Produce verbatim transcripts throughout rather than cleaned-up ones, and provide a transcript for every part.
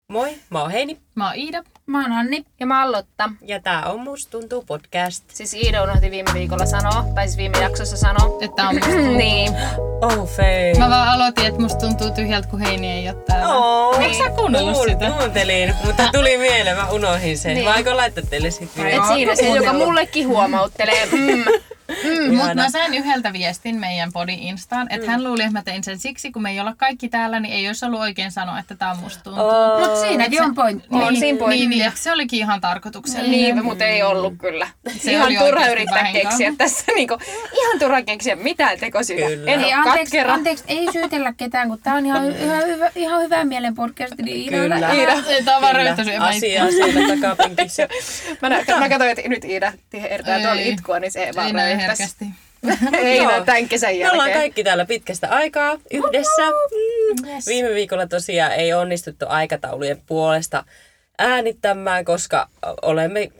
Moi, mä oon Heini. Mä oon Iida. Mä oon Anni. Ja mä oon Lotta. Ja tää on Musta tuntuu podcast. Siis Iida unohti viime viikolla sanoa, tai siis viime jaksossa sanoa. Että on musta tuntuu. Niin. Oh, fei. Mä vaan aloitin, että musta tuntuu tyhjältä, kun Heini ei oo täällä. Oh, Eikö sä kuunnellut kuul- sitä? Kuuntelin, mutta tuli mieleen, mä unohdin sen. Niin. Mä aikon laittaa teille sit vielä. Et siinä se, joka mullekin huomauttelee. Mm. Mm, Mutta mä sain yhdeltä viestin meidän Body Instaan, että mm. hän luuli, että mä tein sen siksi, kun me ei olla kaikki täällä, niin ei olisi ollut oikein sanoa, että tää on musta tuntuu. Oh. Mut siinäkin on pointti. On siinä pointti. Niin, niin, se olikin ihan tarkoituksellinen. Niin, mutta ei ollut kyllä. Se ihan oli turha oikeasti yrittää vahinko. keksiä tässä. Niinku, ihan turha keksiä mitään tekosyitä. Kyllä. En Ei, oo anteeksi, katkera. anteeksi, ei syytellä ketään, kun tää on ihan, ihan, hyvä, ihan hyvä mielen podcast. Niin Kyllä. Iida, Iida. Tää on vaan Kyllä. röyhtäisyä. Asiaa siellä takapenkissä. Mä, nä- mä katsoin, että nyt Iida hertää tuolla Ei. itkua, niin se Ei vaan näin röyhtäisi. herkästi. Ei Joo. näin tämän kesän Me ollaan jälkeen. kaikki täällä pitkästä aikaa yhdessä. Mm. Yes. Viime viikolla tosiaan ei onnistuttu aikataulujen puolesta äänittämään, koska olemme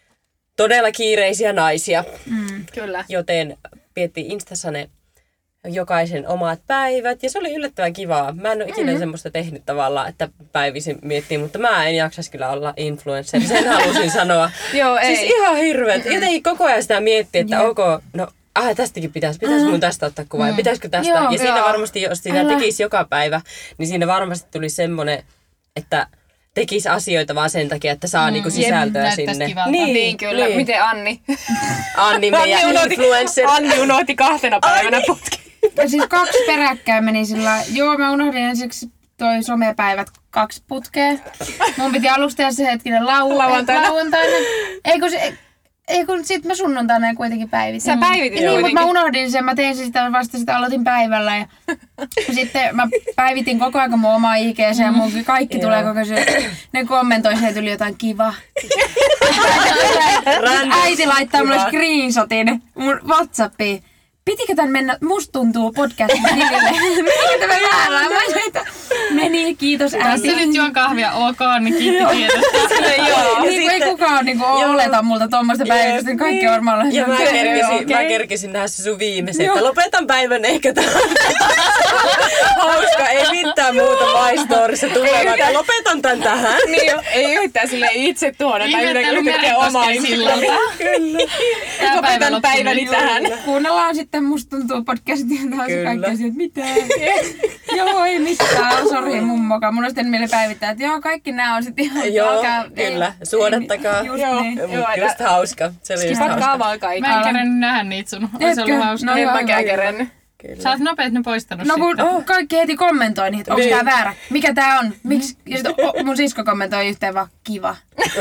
todella kiireisiä naisia. Mm. Kyllä. Joten piettiin Instassa ne jokaisen omat päivät. Ja se oli yllättävän kivaa. Mä en ole ikinä mm-hmm. semmoista tehnyt tavallaan, että päivisin miettii, mutta mä en jaksaisi kyllä olla influencer. Sen halusin sanoa. Joo, ei. Siis ihan hirveet. Jotenkin koko ajan sitä miettii, että ok, no ah, tästäkin pitäisi. Pitäisikö mun tästä ottaa kuvaa? Mm. Pitäisikö tästä? Joo, ja siinä joo. varmasti, jos sitä Älä. tekisi joka päivä, niin siinä varmasti tuli semmoinen, että tekisi asioita vaan sen takia, että saa mm. niinku sisältöä näyttäisi sinne. kivalta. Niin, niin kyllä. Niin. Miten Anni? Anni meidän influencer. Anni unohti kahtena päivänä putki. Ja siis kaksi peräkkäin meni sillä. Joo, mä unohdin ensiksi toi somepäivät kaksi putkea. Mun piti alustaa se hetkinen lau- Lauantaina. lauantaina. Ei kun, se, ei kun sit mä sunnuntaina kuitenkin päivitin. Sä päivitit Niin, mutta kuitenkin. mä unohdin sen. Mä tein sen sitä vasta sitä aloitin päivällä. Ja sitten mä päivitin koko ajan mun oma I G:seen ja mun kaikki tulee koko ajan. Ne kommentoi, että tuli jotain kiva. Äiti laittaa mulle screenshotin mun WhatsAppiin. Pitikö tän mennä Musta tuntuu podcastin tilille? Menikö tämä väärään? Mä sanoin, että meni, kiitos Tässä äiti. nyt juon kahvia, ok, niin kiitti tiedosta. Joo, niin kuin ei kukaan niinku oleta multa tommoista päivästä, niin kaikki on varmaan ollaan Ja mä silleen, kerkesin, okei. mä kerkesin nähdä se sun viimeisen, että lopetan päivän ehkä tämän. Hauska, ei mitään muuta My Storyssa tulevan. Ja lopetan tän tähän. Niin jo, ei yhtään silleen itse tuoda tai Ihmettely yhtäkkiä omaa Merikosken sillalta. Kyllä. Tää päivä Lopetan loppui päiväni nyt. tähän. Kuunnellaan sitten Musta tuntuu podcastia taas Kyllä. kaikki asiat, mitä? Joo, ei mitään, sori mummoka. Mun on sitten meille päivittää, että joo, kaikki nää on sitten ihan... Joo, alkaa- kyllä. ei- Suodattakaa. ei- Just Joo. niin. Joo, Just hauska. Se oli just Skipatkaa hauska. vaan kaikki. Mä en kerännyt nähdä niitä sun. Olisi ollut Etkö? hauska. No En joo, mäkään hyvä. kerennyt. Kyllä. Sä oot nopeet ne poistanut No kun sitten. oh. kaikki heti kommentoi niitä, että onks Niin. tää väärä? Mikä tää on? Miks? Ja sit oh, mun sisko kommentoi yhteen vaan, kiva.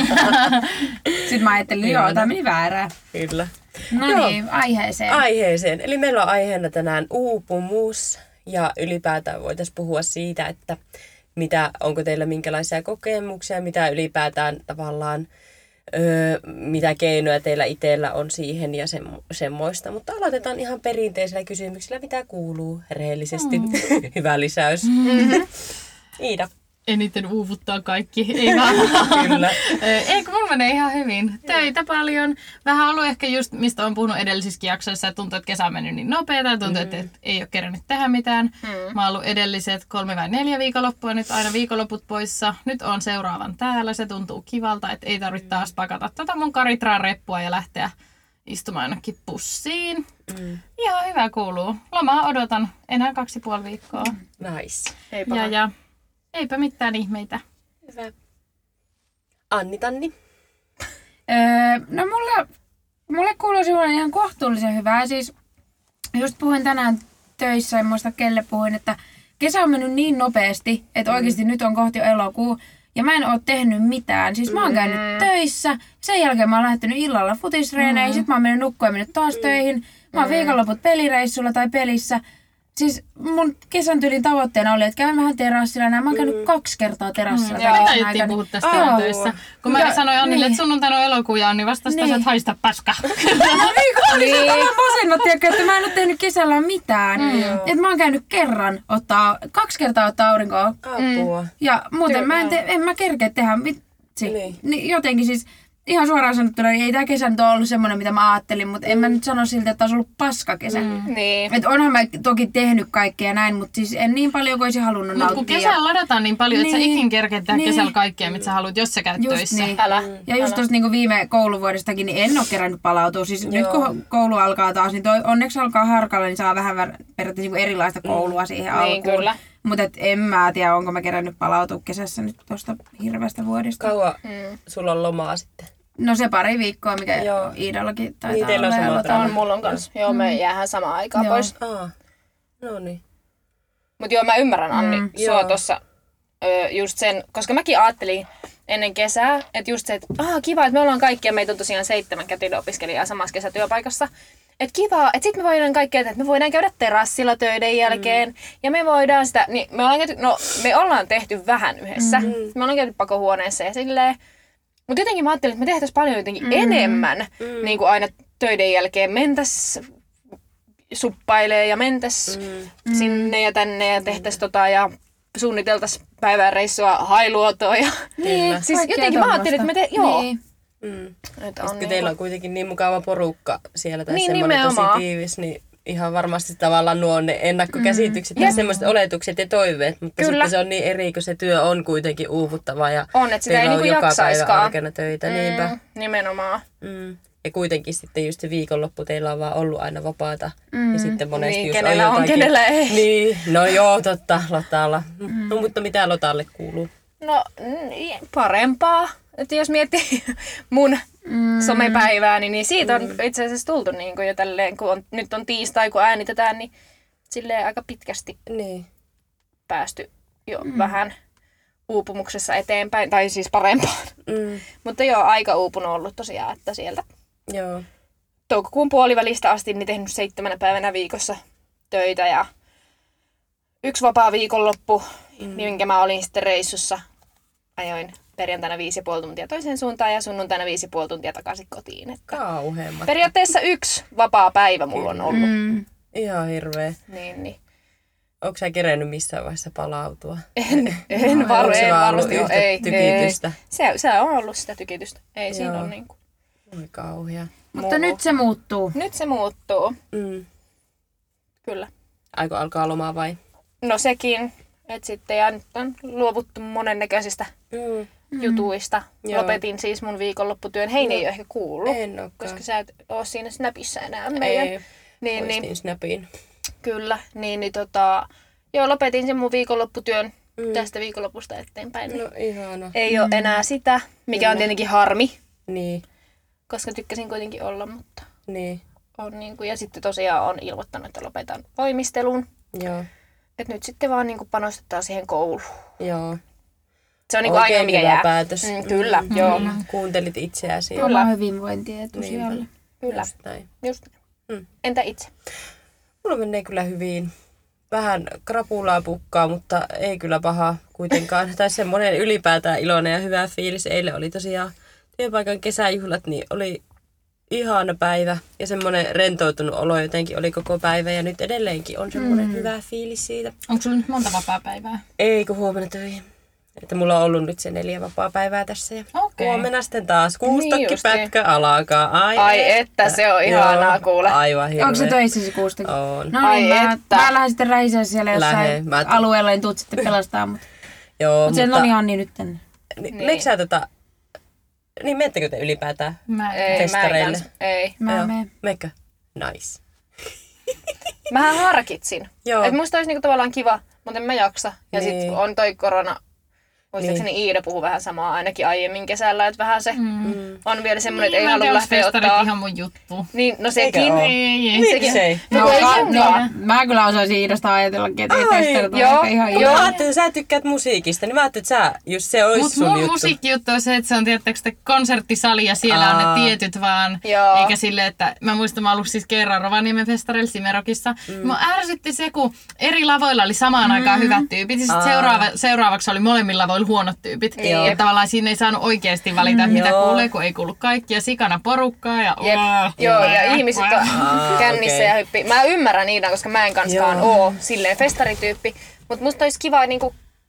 Sitten mä ajattelin, joo, tää meni väärää. Kyllä. No Joo. niin, aiheeseen. Aiheeseen. Eli meillä on aiheena tänään uupumus. Ja ylipäätään voitaisiin puhua siitä, että mitä, onko teillä minkälaisia kokemuksia, mitä ylipäätään tavallaan, öö, mitä keinoja teillä itsellä on siihen ja semmo, semmoista. Mutta aloitetaan ihan perinteisellä kysymyksellä, mitä kuuluu rehellisesti. Mm. Hyvä lisäys. Mm-hmm. Iida. Eniten uuvuttaa kaikki, ei vaan. Kyllä. Ei, kun mulla menee ihan hyvin. Töitä paljon. Vähän ollut ehkä just, mistä olen puhunut edellisissäkin jaksoissa, että tuntuu, että kesä on mennyt niin nopeeta. Tuntuu, että et ei ole kerännyt tehdä mitään. Mm. Mä oon ollut edelliset kolme vai neljä viikonloppua, nyt aina viikonloput poissa. Nyt on seuraavan täällä. Se tuntuu kivalta, että ei tarvitse taas pakata tätä mun karitraa reppua ja lähteä istumaan ainakin pussiin. Mm. Ihan hyvä kuuluu. Lomaa odotan enää kaksi puoli viikkoa. Nice. Ei Ja, ja eipä mitään ihmeitä. Hyvä. Anni Tanni. Öö, no mulle, mulle kuuluu semmoinen ihan kohtuullisen hyvää. Siis just puhuin tänään töissä, en muista kelle puhuin, että kesä on mennyt niin nopeasti, että oikeasti nyt on kohti jo elokuu. Ja mä en oo tehnyt mitään. Siis mä oon käynyt töissä, sen jälkeen mä oon lähtenyt illalla futisreeneihin, sit mä oon mennyt nukkuun ja mennyt taas töihin. Mä oon viikonloput pelireissulla tai pelissä. Siis mun kesän tyylin tavoitteena oli, että käyn vähän terassilla. Mä oon käynyt kaksi kertaa terassilla. Mm, tänä joo, kesän mitä aikana. puhua tästä Joo. ihan töissä. Kun mä Ja- sanoin Annille, niin. että sunnuntaina on elokuu ja Anni vastasi Niin. niin. että haista paska. No niin, kun oli se vähän masennut, tiedätkö, että mä en oo tehnyt kesällä mitään. Mm. Et mä oon käynyt kerran ottaa, kaksi kertaa ottaa aurinkoa. Apua. Ja muuten mä en, te, en mä kerkeä tehdä vitsi. Niin. Niin jotenkin siis, ihan suoraan sanottuna, niin ei tää kesä nyt ole ollut semmoinen, mitä mä ajattelin, mutta en mä nyt sano siltä, että olisi ollut paska kesä. Mm. Niin. Et onhan mä toki tehnyt kaikkea näin, mutta siis en niin paljon kuin olisin halunnut Mutta kun nauttia. kesällä ladataan niin paljon, että sä Niin. ikin kerkeet tehdä Niin. kesällä kaikkea, mitä sä haluat, jos sä käyt Just töissä. niin. Älä. Ja just tuosta niinku viime kouluvuodestakin, niin en ole kerännyt palautua. Siis nyt kun koulu alkaa taas, niin toi onneksi alkaa harkalla, niin saa vähän ver- periaatteessa niinku erilaista koulua siihen Niin, alkuun. kyllä. Mutta en mä tiedä, onko mä kerännyt palautua kesässä nyt tuosta hirveästä vuodesta. Kauan mm. sulla on lomaa sitten? No se pari viikkoa, mikä Joo. Iidallakin taitaa Niin, teillä on olla. sama ja tilanne. On, mulla on kans. Joo, me jäähän samaan aikaan Joo. pois. Aa, no niin. Mut joo, mä ymmärrän Anni Mm, sua joo. tossa ö, just sen, koska mäkin ajattelin ennen kesää, että just se, että ah, kiva, että me ollaan kaikki ja meitä on tosiaan seitsemän kätilöopiskelijaa samassa kesätyöpaikassa. Että kiva, että sit me voidaan kaikkea, että me voidaan käydä terassilla töiden jälkeen mm. ja me voidaan sitä, niin me ollaan käyty, no me ollaan tehty vähän yhdessä. Mm. Me ollaan käyty pakohuoneessa ja silleen. Mutta jotenkin mä ajattelin, että me tehtäisiin paljon jotenkin mm. enemmän mm. niin kuin aina töiden jälkeen. Mentäs suppailee ja mentäs mm. sinne ja tänne ja tehtäisiin tota ja suunniteltaisiin päivän reissua Hailuotoon. Ja Niin, siis kaikkea jotenkin mä ajattelin, että me te, joo. Niin. Mm. Että Sitten on kun teillä on kuitenkin niin mukava porukka siellä tai Niin, semmoinen tosi nimenomaan. tiivis, niin ihan varmasti tavallaan nuo on ne ennakkokäsitykset mm. ja semmoiset oletukset ja toiveet, mutta Kyllä. sitten se on niin eri, kun se työ on kuitenkin uuvuttavaa ja On, että sitä teillä ei on niinku joka päivä jaksaiskaan. arkena töitä, mm. niinpä. Mm, nimenomaan. Mm. Ja kuitenkin sitten just se viikonloppu teillä on vaan ollut aina vapaata. Mm. Ja sitten monesti Niin, just kenellä on on, jotakin... kenellä ei. Niin, no joo, totta, Lotalla. Mm. No mutta mitä Lotalle kuuluu? No mm, parempaa. Että jos miettii mun mm. somepäivääni, niin siitä on mm. itse asiassa tultu niin kuin jo tälleen, kun on, nyt on tiistai, kun äänitetään, niin silleen aika pitkästi Niin. päästy jo mm. vähän uupumuksessa eteenpäin, tai siis parempaan. Mm. Mutta joo, aika uupunut ollut tosiaan, että sieltä Joo. toukokuun puolivälistä asti niin tehnyt seitsemänä päivänä viikossa töitä ja yksi vapaa viikonloppu, mm. minkä mä olin sitten reissussa. Ajoin perjantaina viisi ja puoli tuntia toiseen suuntaan ja sunnuntaina viisi ja puoli tuntia takaisin kotiin. Että Kauheemmat. periaatteessa yksi vapaa päivä mulla on ollut. Mm. Ihan hirveä. Niin, niin. Onko sä kerennyt missään vaiheessa palautua? En, en, var, Onko se en vaan ollut varmasti ole. yhtä Ei, tykitystä? ei. Se, se on ollut sitä tykitystä. Ei siinä Joo. ole niin kuin Oi kauhea. Mutta muu. nyt se muuttuu. Nyt se muuttuu, Mm. kyllä. Aiko alkaa lomaa vai? No sekin, että sitten ja nyt on luovuttu monennäköisistä Mm. jutuista. Joo. Lopetin siis mun viikonlopputyön. Heini ei ole ehkä kuullut, En olekaan. koska sä et ole siinä Snapissa enää meidän. Ei, Niin, niin, poistin Snapin. kyllä. Niin, niin tota, joo, lopetin sen mun viikonlopputyön Mm. tästä viikonlopusta eteenpäin. Niin No ihana. ei ole enää sitä, mikä on tietenkin harmi, Niin, koska tykkäsin kuitenkin olla, mutta niin, on niin kuin, ja sitten tosiaan on ilmoittanut, että lopetan voimistelun. joo, Että nyt sitten vaan niin kuin panostetaan siihen kouluun. joo. Se on niin kuin ainoa, mikä hyvä jää. päätös. Mm, kyllä, Mm. joo. Kuuntelit itseäsi. Kyllä. Oma hyvinvointi etusijalle. Niinpä. Kyllä, Just näin. just. Mm. Entä itse? Mulla menee kyllä hyvin. Vähän krapulaa pukkaa, mutta ei kyllä paha kuitenkaan. Tai semmoinen ylipäätään iloinen ja hyvä fiilis. Eilen oli tosiaan työpaikan kesäjuhlat, niin oli ihana päivä. Ja semmoinen rentoutunut olo jotenkin oli koko päivä. Ja nyt edelleenkin on semmoinen mm. hyvä fiilis siitä. Onko sulla nyt monta vapaa-päivää? Ei kun huomenna töihin. Että mulla on ollut nyt se neljä vapaa-päivää tässä. Ja Okei. huomenna sitten taas Niin kuustokkipätkä alkaa. Ai, Ai että, se on ihanaa Joo, kuule. Aivan hirveä. Onko se töissä se kuustakin? On. No Ai niin, mä, että. mä lähden sitten räiseen siellä jossain Lähe, mä tuun. alueella, niin tuut sitten pelastaa. Mutta Joo, mut sen mutta... on ihan niin nyt tänne. Niin. Niin. Meikö sä tota... Niin, menettekö te ylipäätään? Mä Ei, mä en Festareille. kans. Ei. Mä Joo. menen. Meikö? Nice. Mähän harkitsin. Joo. Et musta olisi niinku tavallaan kiva, mutta en mä jaksa. Ja Niin. sit on toi korona. Muistaakseni Niin. Iida puhui vähän samaa ainakin aiemmin kesällä, että vähän se Mm. on vielä semmoinen, että ei Mä en halua tiedä, onks lähteä festarit ottaa. ihan mun juttu. Niin, no Eikö sekin. oo? Ei, ei. Miksei? No, No, kun ei ka- sunkaan. no, mä kyllä osaisin Iidasta ajatellakin, että ei Ai, festarit ole joo, ehkä ihan Joo. joo. Mä ajattelin, että sä tykkäät musiikista, niin mä ajattelin, että sä, just se olisi Mut sun mun juttu. musiikkijuttu on se, että se on tiettäks konserttisali ja siellä Aa. on ne tietyt vaan. Joo. Eikä sille, että mä muistan, mä oon ollut siis kerran Rovaniemen festareilla Simerokissa. Mm. Mä ärsytti se, kun eri lavoilla oli samaan aikaan hyvät tyypit ja sit Aa. seuraava, seuraavaksi oli molemmilla lavoilla huonot tyypit. Joo. Ja tavallaan siinä ei saanut oikeasti valita, että mitä Joo. kuulee, kun ei kuulu kaikkia. Sikana porukkaa ja... Jep. Oh, Joo, ja ihmiset on Aa, kännissä okei. ja hyppii. Mä ymmärrän niitä, koska mä en kanskaan Joo. oo silleen festarityyppi. Mutta musta olisi kiva niinku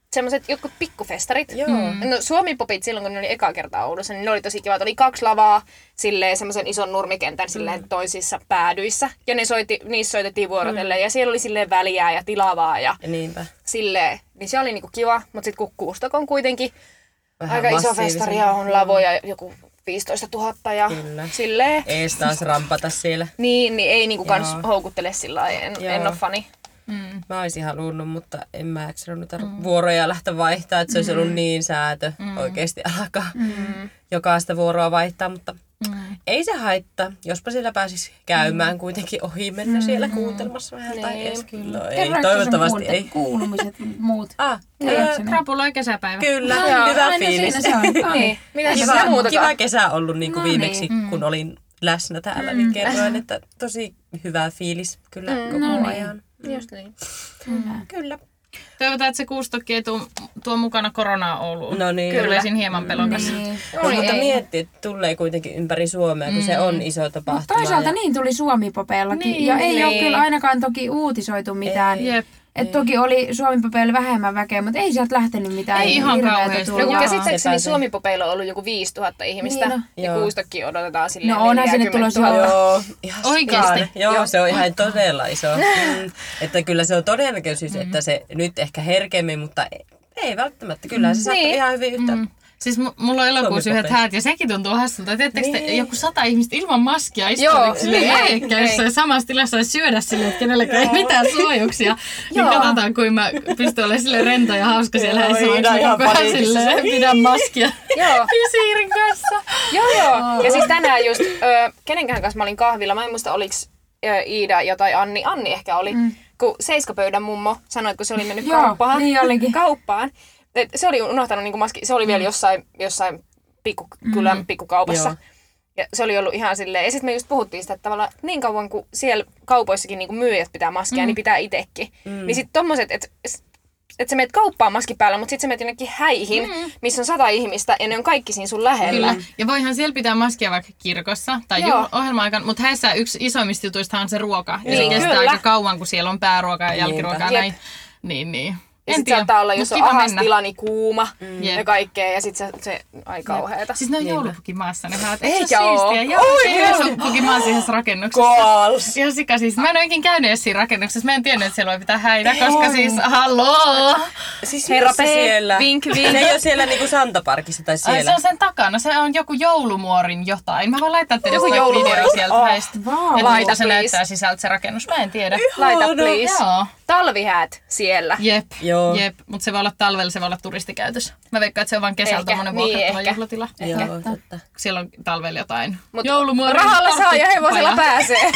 semmoiset jotkut pikkufestarit. Joo. No Suomi-popit silloin, kun ne oli eka kertaa Oulussa, niin ne oli tosi kivat. Oli kaksi lavaa, silleen semmoisen ison nurmikentän silleen toisissa päädyissä. Ja ne soitti, niissä soitettiin vuorotellen. Ja siellä oli silleen väliää ja tilavaa ja, Ja niinpä. silleen. Niin se oli niinku kiva, mutta sitten kun Kuustok on kuitenkin Vähän aika iso massiivisempi. festari ja on lavoja joku viisitoista tuhatta ja Kyllä. silleen. Ees taas rampata siellä. Niin, niin ei niinku kans Joo. houkuttele sillä lailla. En, en Joo. oo fani. Mm. Mä olisin halunnut, mutta en mä jaksanut noita mm. vuoroja lähteä vaihtaa, että se olisi ollut niin säätö mm. oikeasti alkaa mm. jokaista vuoroa vaihtaa, mutta mm. ei se haittaa, jospa siellä pääsisi käymään mm. kuitenkin ohi mennä mm. siellä kuuntelemassa vähän tai Niin, edes. No ei, Kerroitko sun toivottavasti kuulte- ei. kuulumiset muut? Ah, Tiedätkö ää, ne? Krapula ja kesäpäivä. kyllä, Joo, hyvä aina fiilis. siinä se on. Ai. Niin. Mitä Kiva, kiva, muutakaan? kiva kesä ollut niin kuin No viimeksi, niin. kun olin läsnä täällä, niin kerroin, että tosi hyvä fiilis kyllä koko no niin. ajan. Just niin. Hyvä. Kyllä. Toivotaan, että se Kuustokki ei tuo, tuo mukana koronaa Ouluun. No niin. Kyllä. Olisin hieman pelokas. Niin. No, Oi, mutta ei. mietti, että tulee kuitenkin ympäri Suomea, kun mm. se on iso tapahtuma. Mutta toisaalta ja... niin tuli Suomi-popeillakin. Niin, ja ei niin. ole kyllä ainakaan toki uutisoitu mitään. Ei. Jep. Et toki oli Suomi-popeilla vähemmän väkeä, mutta ei sieltä lähtenyt mitään Ei ihan hirveätä kauheasti. tulla. No kun Joo. käsittääkseni Sepä se. Suomi-popeilla on ollut joku viisituhatta ihmistä. Niin, no. Ja Joo. Kuustokki odotetaan silleen No onhan sinne tulossa neljäkymmentätuhatta. Joo, ihan Oikeesti? sikana. Joo, Joo. se on ihan todella iso. Mm. Että kyllä se on todennäköisyys, mm. että se nyt ehkä herkemmin, mutta ei, ei välttämättä. Kyllä se saattaa Niin. ihan hyvin yhtä. Mm. Siis m- mulla on elokuussa yhdet Suomi-popeissa. häät ja sekin tuntuu hassulta. Teettekö te Niin. joku sata ihmistä ilman maskia Joo, istuu silleen niin. lähekkäin jossain samassa tilassa ja syödä silleen, että kenelläkään ei mitään suojuksia. Niin Joo. katsotaan, kuin mä pystyn olemaan silleen rento ja hauska siellä Joo, häissä, Iida vaikka ihan koko ajan paniikissa. silleen pidän maskia Joo. visiirin kanssa. Joo, joo. Ja siis tänään just, ö, kenenkään kanssa mä olin kahvilla, mä en muista oliks ö, Iida ja tai Anni, Anni ehkä oli, mm. kun Seiskapöydän mummo sanoi, että kun se oli mennyt Joo, kauppaan, niin olikin. kauppaan, et se oli unohtanut niinku maski, se oli vielä jossain, jossain pikkukylän mm. pikkukaupassa. Joo. Ja se oli ollut ihan silleen, ja sitten me just puhuttiin sitä, että tavallaan niin kauan kuin siellä kaupoissakin niinku myyjät pitää maskia, mm. niin pitää itsekin. Mm. Niin sitten tommoset, että että sä meet kauppaan maski päällä, mutta sitten sä meet jonnekin häihin, mm. missä on sata ihmistä, ja ne on kaikki siinä sun lähellä. Kyllä. Ja voihan siellä pitää maskia vaikka kirkossa tai Joo. ohjelma-aikana, mutta häissä yksi isoimmista jutuista on se ruoka. Ja se Niin, kestää kyllä. aika kauan, kun siellä on pääruokaa ja jälkiruokaa. Jep. Näin. Niin, niin. Ja En sit tiedä, saattaa olla, mut jos on kiva ahas mennä. tila, niin kuuma Jep. ja kaikkea, ja sit se, se ai kauheeta. Siis ne on Niinpä. joulupukimaassa ne häät. Eikä Eikö se ole oo? siistiä? Joo, se on joulupukimaassa yhdessä rakennuksessa. Goals! Ihan sika siis. Mä en ole ikinä käynyt edes siinä rakennuksessa. Mä en tiennyt, että siellä voi pitää häitä, koska siis halloo! Siis Herra missä P, siellä? vink, vink. Se ei ole siellä niinku Santaparkissa tai Ai, siellä. se on sen takana. Se on joku joulumuorin jotain. Mä voin laittaa teille Joku sitä joulumuori. video sieltä Oh, häistä. vau. Että Laita, miltä se please. näyttää sisältä se rakennus. Mä en tiedä. Laita Ihana. please. Joo. Talvihäät siellä. Jep, Joo. jep. Mutta se voi olla talvella, se voi olla turistikäytös. Mä veikkaan, että se on vain kesällä Ehkä, tommonen niin, vuokrattava ehkä. juhlatila. Joo, totta. Siellä on talvella jotain. Mut Joulumuori. rahalla saa ja hevosella paja. pääsee.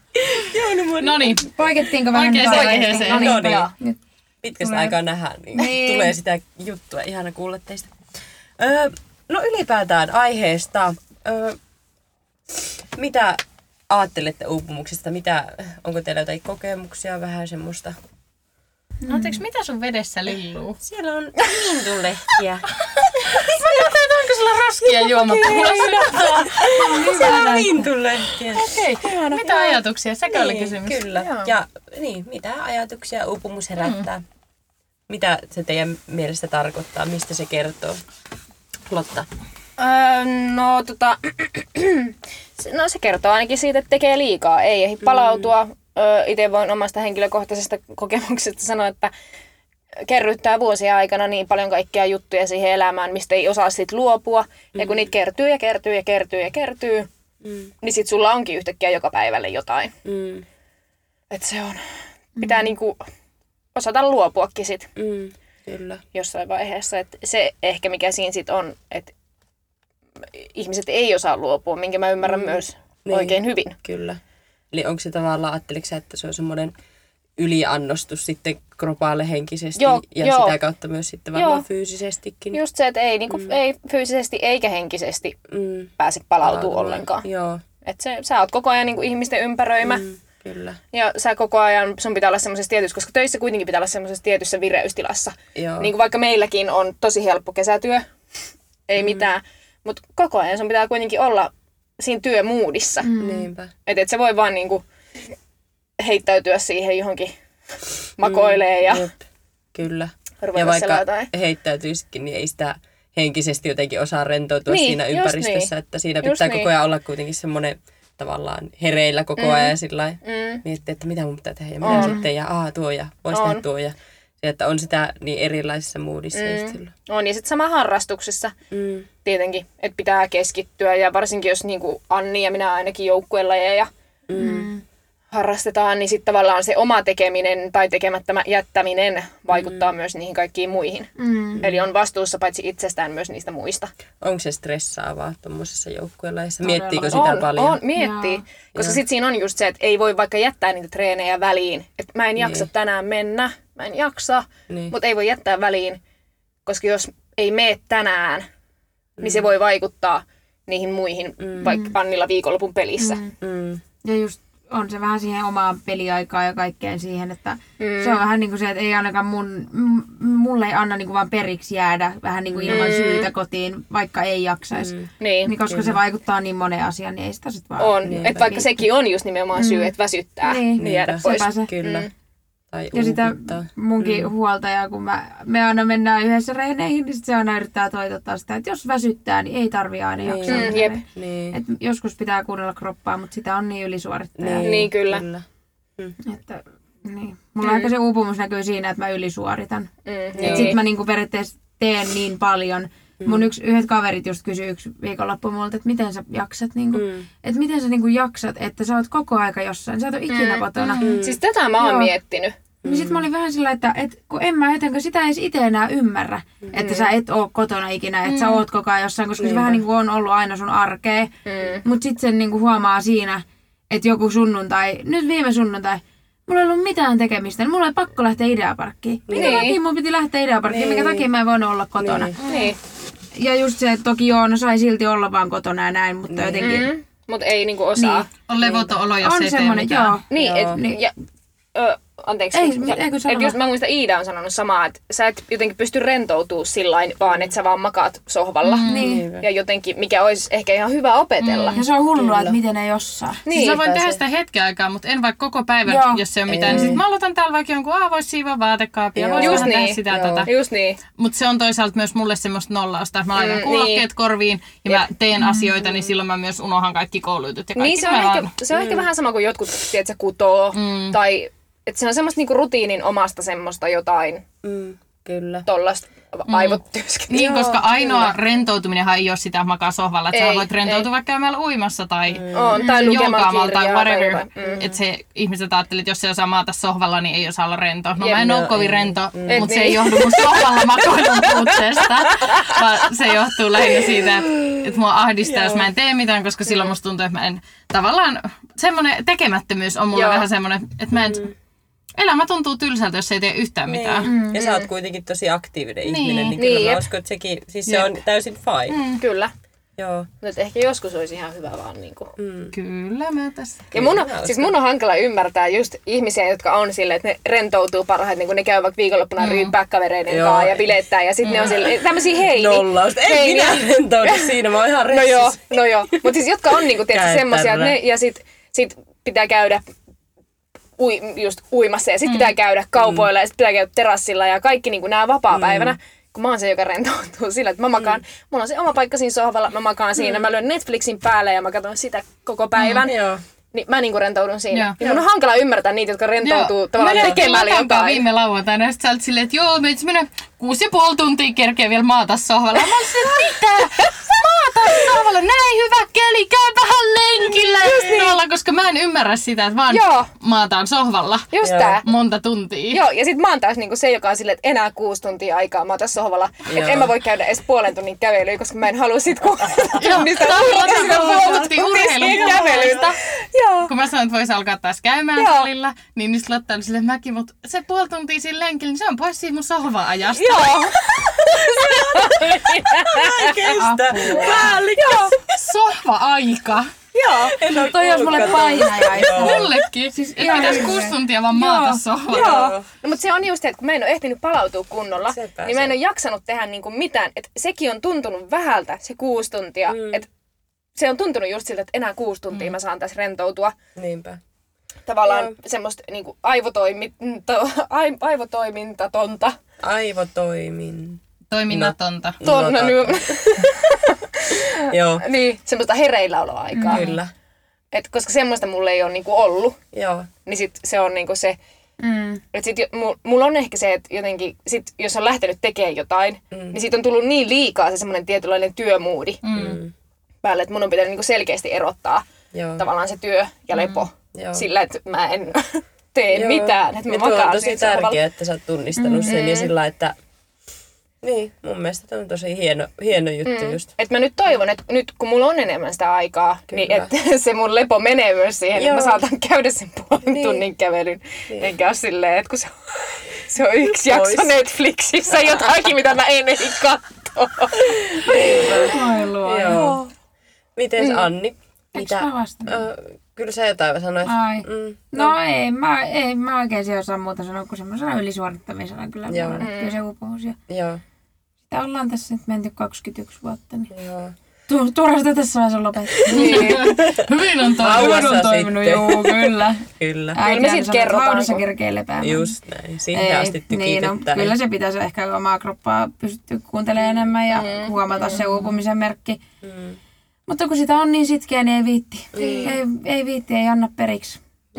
No niin. Poikettiinko vähän? Oikeeseen nyt aiheeseen. No niin, No niin. joo. Nyt. Pitkästä Tulee. aikaa nähdään, niin, Niin. tulee sitä juttua. Ihana kuulla teistä. Öö, no ylipäätään aiheesta. Öö, mitä ajattelette uupumuksesta? Mitä, onko teillä jotain kokemuksia, vähän semmoista? Anteeksi, mitä sun vedessä lilluu? Siellä on mintulehtiä. Mä katsoin, että onko sulla roskia juomapullossa. Siellä on mintulehtiä. Okei, mitä ajatuksia? Sekö oli Niin, kysymys? Kyllä. Joo. Ja niin, mitä ajatuksia uupumus herättää? Mm. Mitä se teidän mielestä tarkoittaa? Mistä se kertoo? Lotta. Öö, no tota, se- no se kertoo ainakin siitä, että tekee liikaa, ei ehdi palautua. Öö, itse voin omasta henkilökohtaisesta kokemuksesta sanoa, että kerryttää vuosien aikana niin paljon kaikkia juttuja siihen elämään, mistä ei osaa sit luopua. Mm. Ja kun niitä kertyy ja kertyy ja kertyy ja kertyy, mm. niin sit sulla onkin yhtäkkiä joka päivälle jotain. Mm. Et se on, pitää mm. niinku osata luopuakin sit Mm. Kyllä. jossain vaiheessa. Et se ehkä mikä siinä sit on, että ihmiset ei osaa luopua, minkä mä ymmärrän mm. myös Niin. oikein hyvin. Kyllä. Eli onko se tavallaan, ajatteliko sä, että se on semmoinen yliannostus sitten kropaalle henkisesti Joo, ja joo. sitä kautta myös sitten varmaan Joo. fyysisestikin? Just se, että ei, niinku, mm. ei fyysisesti eikä henkisesti Mm. pääse palautua Palautumaan. ollenkaan. Joo. Et se, sä oot koko ajan niinku ihmisten ympäröimä. Mm. Kyllä. Ja sä koko ajan, sun pitää olla semmoisessa tietyssä, koska töissä kuitenkin pitää olla semmoisessa tietyssä vireystilassa. Joo. Niin kuin vaikka meilläkin on tosi helppo kesätyö, ei mm. mitään, mutta koko ajan sun pitää kuitenkin olla siinä työmuudissa. Mm. Niinpä. Että et sä voi vaan niinku heittäytyä siihen johonkin makoilee ja Jep. Kyllä. ruveta Ja vaikka jotain. heittäytyisikin, niin ei sitä henkisesti jotenkin osaa rentoutua Niin, siinä just ympäristössä. niin. Että siinä Just pitää niin. koko ajan olla kuitenkin semmoinen tavallaan hereillä koko Mm. ajan ja sillä lailla Mm. miettiä, että mitä mun pitää tehdä ja mitä On. sitten ja aah tuo ja vois On. tehdä tuo ja se, että on sitä niin erilaisissa moodissa mm. just silloin. On, ja sitten sama harrastuksessa Mm. tietenkin, että pitää keskittyä. Ja varsinkin jos niinku Anni ja minä ainakin joukkuelajeja Mm. harrastetaan, niin sitten tavallaan se oma tekeminen tai tekemättä jättäminen vaikuttaa mm. myös niihin kaikkiin muihin. Mm. Eli on vastuussa paitsi itsestään myös niistä muista. Onko se stressaavaa tuommoisessa joukkuelaissa? Todella. Miettiikö sitä On, paljon? on, miettii. Joo. Koska Joo. sitten siinä on just se, että ei voi vaikka jättää niitä treenejä väliin. Että mä en jaksa Niin. tänään mennä, mä en jaksa, Niin. mutta ei voi jättää väliin. Koska jos ei mene tänään, niin se voi vaikuttaa niihin muihin, Mm. vaikka Annilla viikonlopun pelissä. Mm. Mm. Ja just on se vähän siihen omaan peliaikaan ja kaikkeen siihen, että Mm. se on vähän niin kuin se, että ei ainakaan mun, m- mulle ei anna niin kuin vaan periksi jäädä vähän niin kuin ilman Mm. syytä kotiin, vaikka ei jaksaisi. Mm. Niin, Niin koska se vaikuttaa niin moneen asiaan, niin ei sitä sit vaan... on. Niinpä. Että vaikka sekin on just nimenomaan syy, Mm. että väsyttää Niin. niin jäädä Niinpä. pois. Sepä se. Kyllä. Mm. Tai Ja sitä uuvuttaa. munkin Mm. huoltaja, kun mä, me aina mennään yhdessä reeneihin, niin sit se aina yrittää toitottaa sitä, että jos väsyttää, niin ei tarvii aina Niin. jaksaa. Mm, mennä. jep. Niin. Et joskus pitää kuunnella kroppaa, mutta sitä on niin ylisuorittaja. Niin, kyllä. Että, niin. Mulla mm. ehkä se uupumus näkyy siinä, että mä ylisuoritan. Mm, Et niin. sit mä niinku periaatteessa teen niin paljon. Mun yksi, yhdet kaverit just kysyi yksi viikonloppu multa, että miten sä jaksat, niinku, Mm. että miten sä niinku jaksat, että sä oot koko aika jossain, sä et ole ikinä Mm, kotona. mm. Siis tätä mä oon Joo. miettinyt. Niin sit mä olin vähän sillä, että et, kun en mä jotenkin sitä edes itse enää ymmärrä, mm. että sä et oo kotona ikinä, että mm. sä oot koko ajan jossain, koska se vähän niinku on ollut aina sun arkea. Mm. Mut sit sen niinku huomaa siinä, että joku sunnuntai, nyt viime sunnuntai, mulla ei ollut mitään tekemistä, niin mulla oli pakko lähteä Ideaparkkiin. Minkä Niin. takia mun piti lähteä Ideaparkkiin, Niin. minkä takia mä en voinut olla kotona. Niin. Niin. Ja just se, että toki joo, no sai silti olla vaan kotona ja näin, mutta Niin. jotenkin... Mm. Mut ei niinku osaa. Niin. On levoton olo, jos On ei tee semmonen, mitään. joo. Niin, Joo. et, Niin. ja, ö, anteeksi. Ei, kun- eikö sano et just vaan? mä muistan, Iida on sanonut samaa, että sä et jotenkin pysty rentoutumaan sillain, vaan että sä vaan makaat sohvalla. Niin. Ja jotenkin, mikä olisi ehkä ihan hyvä opetella. Ja se on hullua, Kyllä. että miten ei osaa. Niin. Siis mä voin Niinpä tehdä se. sitä hetken aikaa, mutta en vaikka koko päivän, Joo. jos ei ole mitään. Ei. Niin sit mä aloitan täällä vaikka jonkun, aah, vois siivoa vaatekaapia, Joo. vois Just vähän tehdä niin. sitä Joo. tätä. Just niin. Mutta se on toisaalta myös mulle semmoista nollausta, että mä laitan Mm, kuulokkeet niin. korviin ja mä teen asioita, niin silloin mä myös unohan kaikki koulujutut ja kaikki. Niin se on, mä ehkä, vaan- se on ehkä vähän sama kuin jotkut, tiedätkö, kutoo. Mm. Tai että se on semmoista niinku rutiinin omasta semmoista jotain Mm. Kyllä. tollasta aivot työskentelyä. Niin, Joo, koska ainoa kyllä. rentoutuminenhan ei ole sitä, että makaa sohvalla. Että sä Ei, voit rentoutua ei. vaikka käymällä uimassa tai On, tai lukemaan joogaamalla tai kirjaa tai whatever. jotain. Mm. Että se ihmiset ajattelee, että jos se osaa maata sohvalla, niin ei osaa olla rento. No Jep. mä en ole No, kovin ei. rento, Et mutta se niin. ei johdu mun sohvalla makoilun puutteesta. Vaan se johtuu lähinnä siitä, että, että mua ahdistaa, jos mä en tee mitään, koska silloin musta tuntuu, että mä en... Tavallaan semmoinen tekemättömyys on mulla Joo. vähän semmoinen, että mä en... Elämä tuntuu tylsältä, jos ei tee yhtään mitään. Niin. Ja sä oot kuitenkin tosi aktiivinen Niin. ihminen, niin Niin, kyllä mä jep. uskon, että sekin, siis se Jep. on täysin fine. Mm. Kyllä. Joo. Mutta ehkä joskus olisi ihan hyvä vaan niinku. Mm. Kyllä mä tässä. Ja mun on, Kyllä, mä siis uskon. mun on hankala ymmärtää just ihmisiä, jotka on silleen, että ne rentoutuu parhaiten, niin kun ne käy vaikka viikonloppuna mm. ryyppää kavereiden Joo. kanssa ja bilettää. Ja sitten mm. ne on silleen, tämmöisiä heini. Nollausta. Ei heiniä. minä rentoudu siinä, mä oon ihan No ressis. joo, no joo. Mutta siis jotka on niinku, tietysti Käet semmosia, että ne, tärrää. ja sit, sit pitää käydä ui, just uimassa ja sit mm. pitää käydä kaupoilla ja sit pitää käydä terassilla ja kaikki niinku nää vapaa-päivänä. Mm. Kun mä oon se, joka rentoutuu sillä, että mä makaan, mm. mulla on se oma paikka siinä sohvalla, mä makaan siinä, mä lyön Netflixin päälle ja mä katson sitä koko päivän. Mm, joo. Niin mä niinku rentoudun siinä. Joo. Ja mun on hankala ymmärtää niitä, jotka rentoutuu Joo. tavallaan Mä näytin tekemällä Lakan kanssa jotain. viime lauantaina ja sit sä olit silleen, että joo, me itse mennä kuusi ja puoli tuntia kerkeä vielä maata sohvalla. Mä olin silleen, että mitä? Maata sohvalla, näin hyvä keli, käy vähän lenkillä. niin. Tuolla, koska mä en ymmärrä sitä, että vaan Joo. maataan sohvalla Just Joo. tää. monta tuntia. Joo, ja sit mä oon taas niinku se, joka on silleen, että enää kuusi tuntia aikaa mä oon tässä sohvalla. Joo. Että en mä voi käydä edes puolen tunnin kävelyä, koska mä en halua sit kuusta Joo, tunnista tavallaan sitä me puolta puhuttiin urheilun tuntia kävelyä. puolesta. Joo. Kun mä sanoin, että voisi alkaa taas käymään Joo. salilla, niin niistä Lotta oli silleen, mäkin, mutta se puoli tuntia siinä lenkillä, niin se on pois siitä mun sohva-ajasta. Joo. Kestä. Päällikkö. Sohva-aika. Joo. En oo Toi olisi mulle kuullutkaan painajaista. Mullekin. Siis että ihan pitäisi hirveä. kuusi tuntia vaan maata sohvalla. Joo. Joo. No, mutta se on just se, että kun mä en ole ehtinyt palautua kunnolla, Sepä niin mä en se. ole jaksanut tehdä niinku mitään. Et sekin on tuntunut vähältä, se kuusi tuntia. Mm. Et se on tuntunut just siltä, että enää kuusi tuntia mm. mä saan tässä rentoutua. Niinpä. Tavallaan Joo. semmoista niinku aivotoiminta, ai, aivotoimintatonta Aivotoimin. Toiminnatonta. Tuonna No, nyt. Joo, Niin, semmoista hereilläoloaikaa. kyllä. Et koska semmoista mulla ei ole niinku ollut, Joo, niin sit se on niinku se, Mm. että sit jo- mul- mulla on ehkä se, että jotenkin, sit, jos on lähtenyt tekemään jotain, mm. niin siitä on tullut niin liikaa se semmoinen tietynlainen työmuudi mm. päälle, että mun on pitänyt niinku selkeästi erottaa Joo. tavallaan se työ ja lepo Joo. sillä, että mä en tee Joo. mitään, että mä ja tuo on makaan tosi siinä sohvalla. tärkeää, että sä oot tunnistanut mm. sen ja sillä, että niin, mun mielestä tämä on tosi hieno, hieno juttu mm. just. Et mä nyt toivon, että nyt kun mulla on enemmän sitä aikaa, Kyllä. niin että se mun lepo menee myös siihen, että Joo. mä saatan käydä sen puolen Niin. tunnin kävelyn. Niin. Enkä ole silleen, että kun se on, se on yksi jakso Pois. Netflixissä jotakin, mitä mä en ehdi katsoa. Oi luo. Joo. Mites mm. Anni? Eikö mä vastannut? Ö, kyllä sä jotain sanoit. Ai. Mm. No ei, mä, ei, mä oikein osaa muuta sanoa kuin semmoisena ylisuorittamisena kyllä. Joo. Mulla näkyy se uupumus. Ja Joo, sitä ollaan tässä nyt menty kaksikymmentäyksi vuotta, niin joo. tu- turhasta tässä vaiheessa lopettaa. Niin. Hyvin on toi. Rauhassa Hyvin on toiminut, sitten. joo, kyllä. Kyllä. Äiti me aina sit sanoo, että kerrotaan, haudassa kun- kerkee lepäämään. Just näin. Siihen asti niin, no, tykityttää. kyllä se pitäisi ehkä omaa kroppaa pystyä kuuntelemaan enemmän ja mm, huomata mm, se uupumisen merkki. Mm. Mutta kun sitä on niin sitkeä, niin ei viitti. Mm. Ei, ei viitti, ei anna periksi. Mm.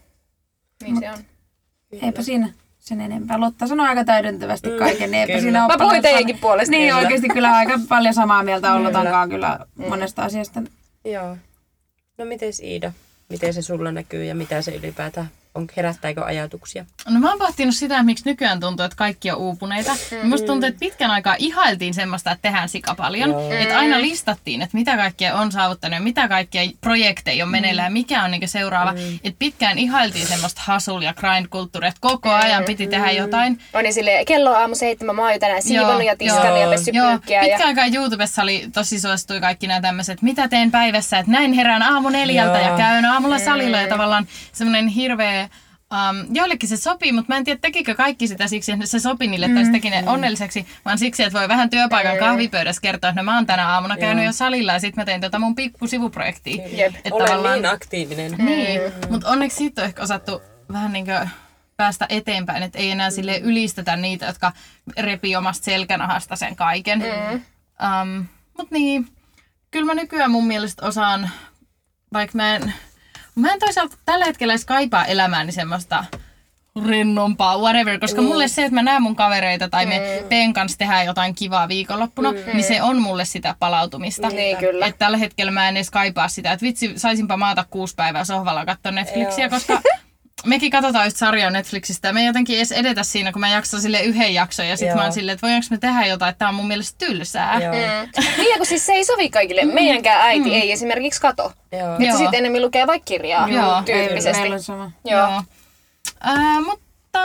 Niin se on. Eipä siinä sen enempää. Lotta sanoi aika täydentävästi kaiken, niin eipä kyllä. siinä ole Mä puhuin paljon teidänkin sana- puolesta. Niin, Kyllä. oikeasti kyllä aika paljon samaa mieltä ollotankaan kyllä monesta asiasta. Joo. No mites Iida? Miten se sulla näkyy ja mitä se ylipäätään on? Herättääkö ajatuksia? No mä oon pohtinut sitä, että miksi nykyään tuntuu, että kaikki on uupuneita. Mm-hmm. Musta tuntuu, että pitkän aikaa ihailtiin semmoista, että tehdään sika paljon. Joo. Että aina listattiin, että mitä kaikkea on saavuttanut ja mitä kaikkia projekteja on meneillään ja mikä on niinku seuraava. Mm. Että pitkään ihailtiin semmoista hustle- ja grind-kulttuuria, että koko ajan piti tehdä jotain. On niin silleen, kello on aamu seitsemän, mä oon jo tänään siivonnut ja tiskannut joo. ja pessy Joo, pyykkiä. pitkään Ja... aikaa YouTubessa oli tosi suositui kaikki nämä tämmöiset, mitä teen päivässä, että näin herään aamu neljältä Joo. ja käyn aamulla salilla ja tavallaan semmoinen hirveä. Um, joillekin se sopii, mutta mä en tiedä, tekikö kaikki sitä siksi, että se sopi niille tai se teki ne onnelliseksi, vaan siksi, että voi vähän työpaikan kahvipöydässä kertoa, että no, mä oon tänä aamuna käynyt jo salilla ja sitten mä tein tota mun pikku sivuprojektia. Jep. Että Olen tavallaan- niin aktiivinen. Niin, mutta onneksi siitä on ehkä osattu vähän niin kuin päästä eteenpäin, että ei enää sille ylistetä niitä, jotka repii omasta selkänahasta sen kaiken. Mm. Um, mutta niin, kyllä mä nykyään mun mielestä osaan, vaikka mä en, mä en toisaalta tällä hetkellä edes kaipaa elämääni semmoista rennompaa, whatever, koska mm. mulle se, että mä näen mun kavereita tai me mm. Pen kanssa tehdään jotain kivaa viikonloppuna, mm. niin se on mulle sitä palautumista. Niin, kyllä. Että tällä hetkellä mä en edes kaipaa sitä, että vitsi, saisinpa maata kuusi päivää sohvalla katsoa Netflixiä, Joo. koska mekin katsotaan just sarjaa Netflixistä ja me ei jotenkin edes edetä siinä, kun mä jaksan sille yhden jakson ja sit Joo. mä oon silleen, että voidaanko me tehdä jotain, että tää on mun mielestä tylsää. Joo. Mm. Niin, ja kun siis se ei sovi kaikille. Meidänkään äiti ei esimerkiksi kato. Joo. Että Joo. se sitten enemmän lukee vaikka kirjaa Joo. tyyppisesti. Meillä on sama. Joo. Joo. Ää, mutta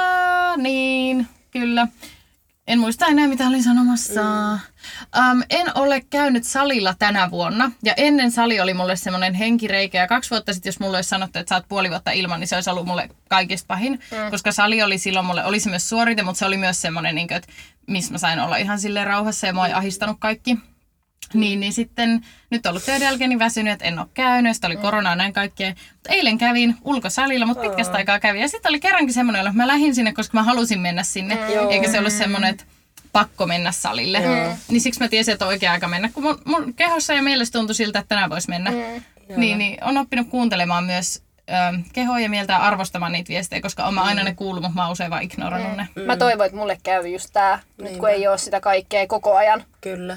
niin, kyllä. En muista enää, mitä olin sanomassa. Mm. Um, en ole käynyt salilla tänä vuonna. Ja ennen sali oli mulle semmoinen henkireikä. Ja kaksi vuotta sitten, jos mulle olisi sanottu, että sä oot puoli vuotta ilman, niin se olisi ollut mulle kaikista pahin. Mm. Koska sali oli silloin mulle, oli se myös suorite, mutta se oli myös semmoinen, niin kuin, että missä mä sain olla ihan silleen rauhassa ja mua ei ahistanut kaikki. Niin, niin sitten nyt on ollut töiden jälkeen niin väsynyt, että en ole käynyt. Sitten oli koronaa ja näin kaikkea. Mutta eilen kävin ulkosalilla, mutta pitkästä aikaa kävin. Ja sitten oli kerrankin semmoinen, että mä lähdin sinne, koska mä halusin mennä sinne. Joo. Eikä se ollut semmoinen, että pakko mennä salille. Mm. Niin siksi mä tiesin, että on oikea aika mennä. Kun mun, mun kehossa ja mielessä tuntui siltä, että tänään voisi mennä. Mm. Niin, niin on oppinut kuuntelemaan myös ö, kehoa ja mieltä ja arvostamaan niitä viestejä, koska on mä aina ne kuullut, mutta mä oon usein vaan ignorannut mm. ne. Mm. Mä toivon, että mulle käy just tää, nyt kun ei ole sitä kaikkea koko ajan. Kyllä.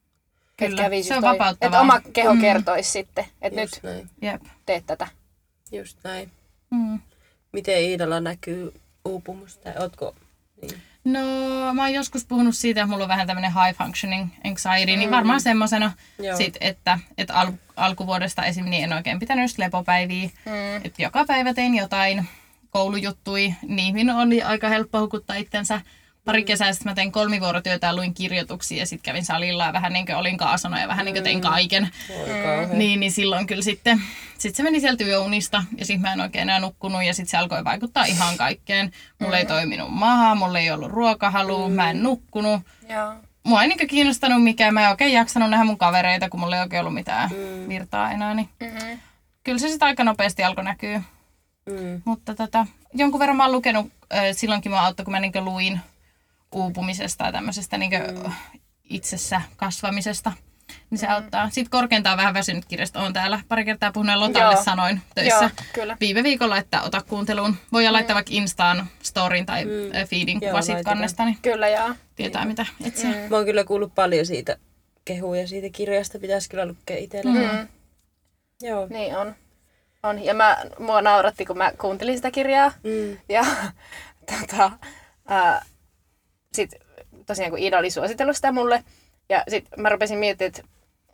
Kyllä, kävisi se on toi- vapauttavaa. Että oma keho kertoisi sitten, että nyt Just näin. Jep. teet tätä. Just näin. Mm. Miten Iidalla näkyy uupumus? Tai ootko... Niin. No, mä oon joskus puhunut siitä, että mulla on vähän tämmönen high functioning anxiety, mm. niin varmaan semmosena, sit, että, että al- alkuvuodesta esim. Niin en oikein pitänyt just lepopäiviä. Mm. Että joka päivä tein jotain koulujuttui, niihin oli aika helppo hukuttaa itsensä. Pari kesää sitten mä tein kolmivuorotyötä ja luin kirjoituksia ja sitten kävin salilla ja vähän niin kuin olin kaasona ja vähän niin kuin tein kaiken. Mm. Niin, niin silloin kyllä sitten, sit se meni sieltä yöunista ja sitten mä en oikein enää nukkunut ja sitten se alkoi vaikuttaa ihan kaikkeen. Mulla mm. ei toiminut maha, mulla ei ollut ruokahalua, mm. mä en nukkunut. Joo. Mua ei niinku kiinnostanut mikään, mä en oikein jaksanut nähdä mun kavereita, kun mulla ei oikein ollut mitään mm. virtaa enää. Niin Mm-hmm. kyllä se sitten aika nopeasti alkoi näkyä. Mm. Mutta tota, jonkun verran mä oon lukenut, äh, silloinkin mä auttoi, kun mä niinku luin uupumisesta ja tämmöisestä niin kuin itsessä kasvamisesta. Niin se auttaa. Sitten korkeintaan vähän väsynyt kirjasta. Olen täällä pari kertaa puhunut Lotalle Joo. sanoin töissä Joo, kyllä. viime viikolla, että ota kuunteluun. Voidaan laittaa vaikka Instaan storin tai mm. feedin kuva siitä kannesta, niin Kyllä, joo. tietää mitä etsiä. Mm. Mä oon kyllä kuullut paljon siitä kehuja siitä kirjasta. Pitäisi kyllä lukea itselle. Mm. Joo. Niin on. on. Ja mä, mua nauratti, kun mä kuuntelin sitä kirjaa. Mm. Ja tota, ää, sit tosiaan kun Ida oli suositellut sitä mulle. Ja sit mä rupesin miettimään, että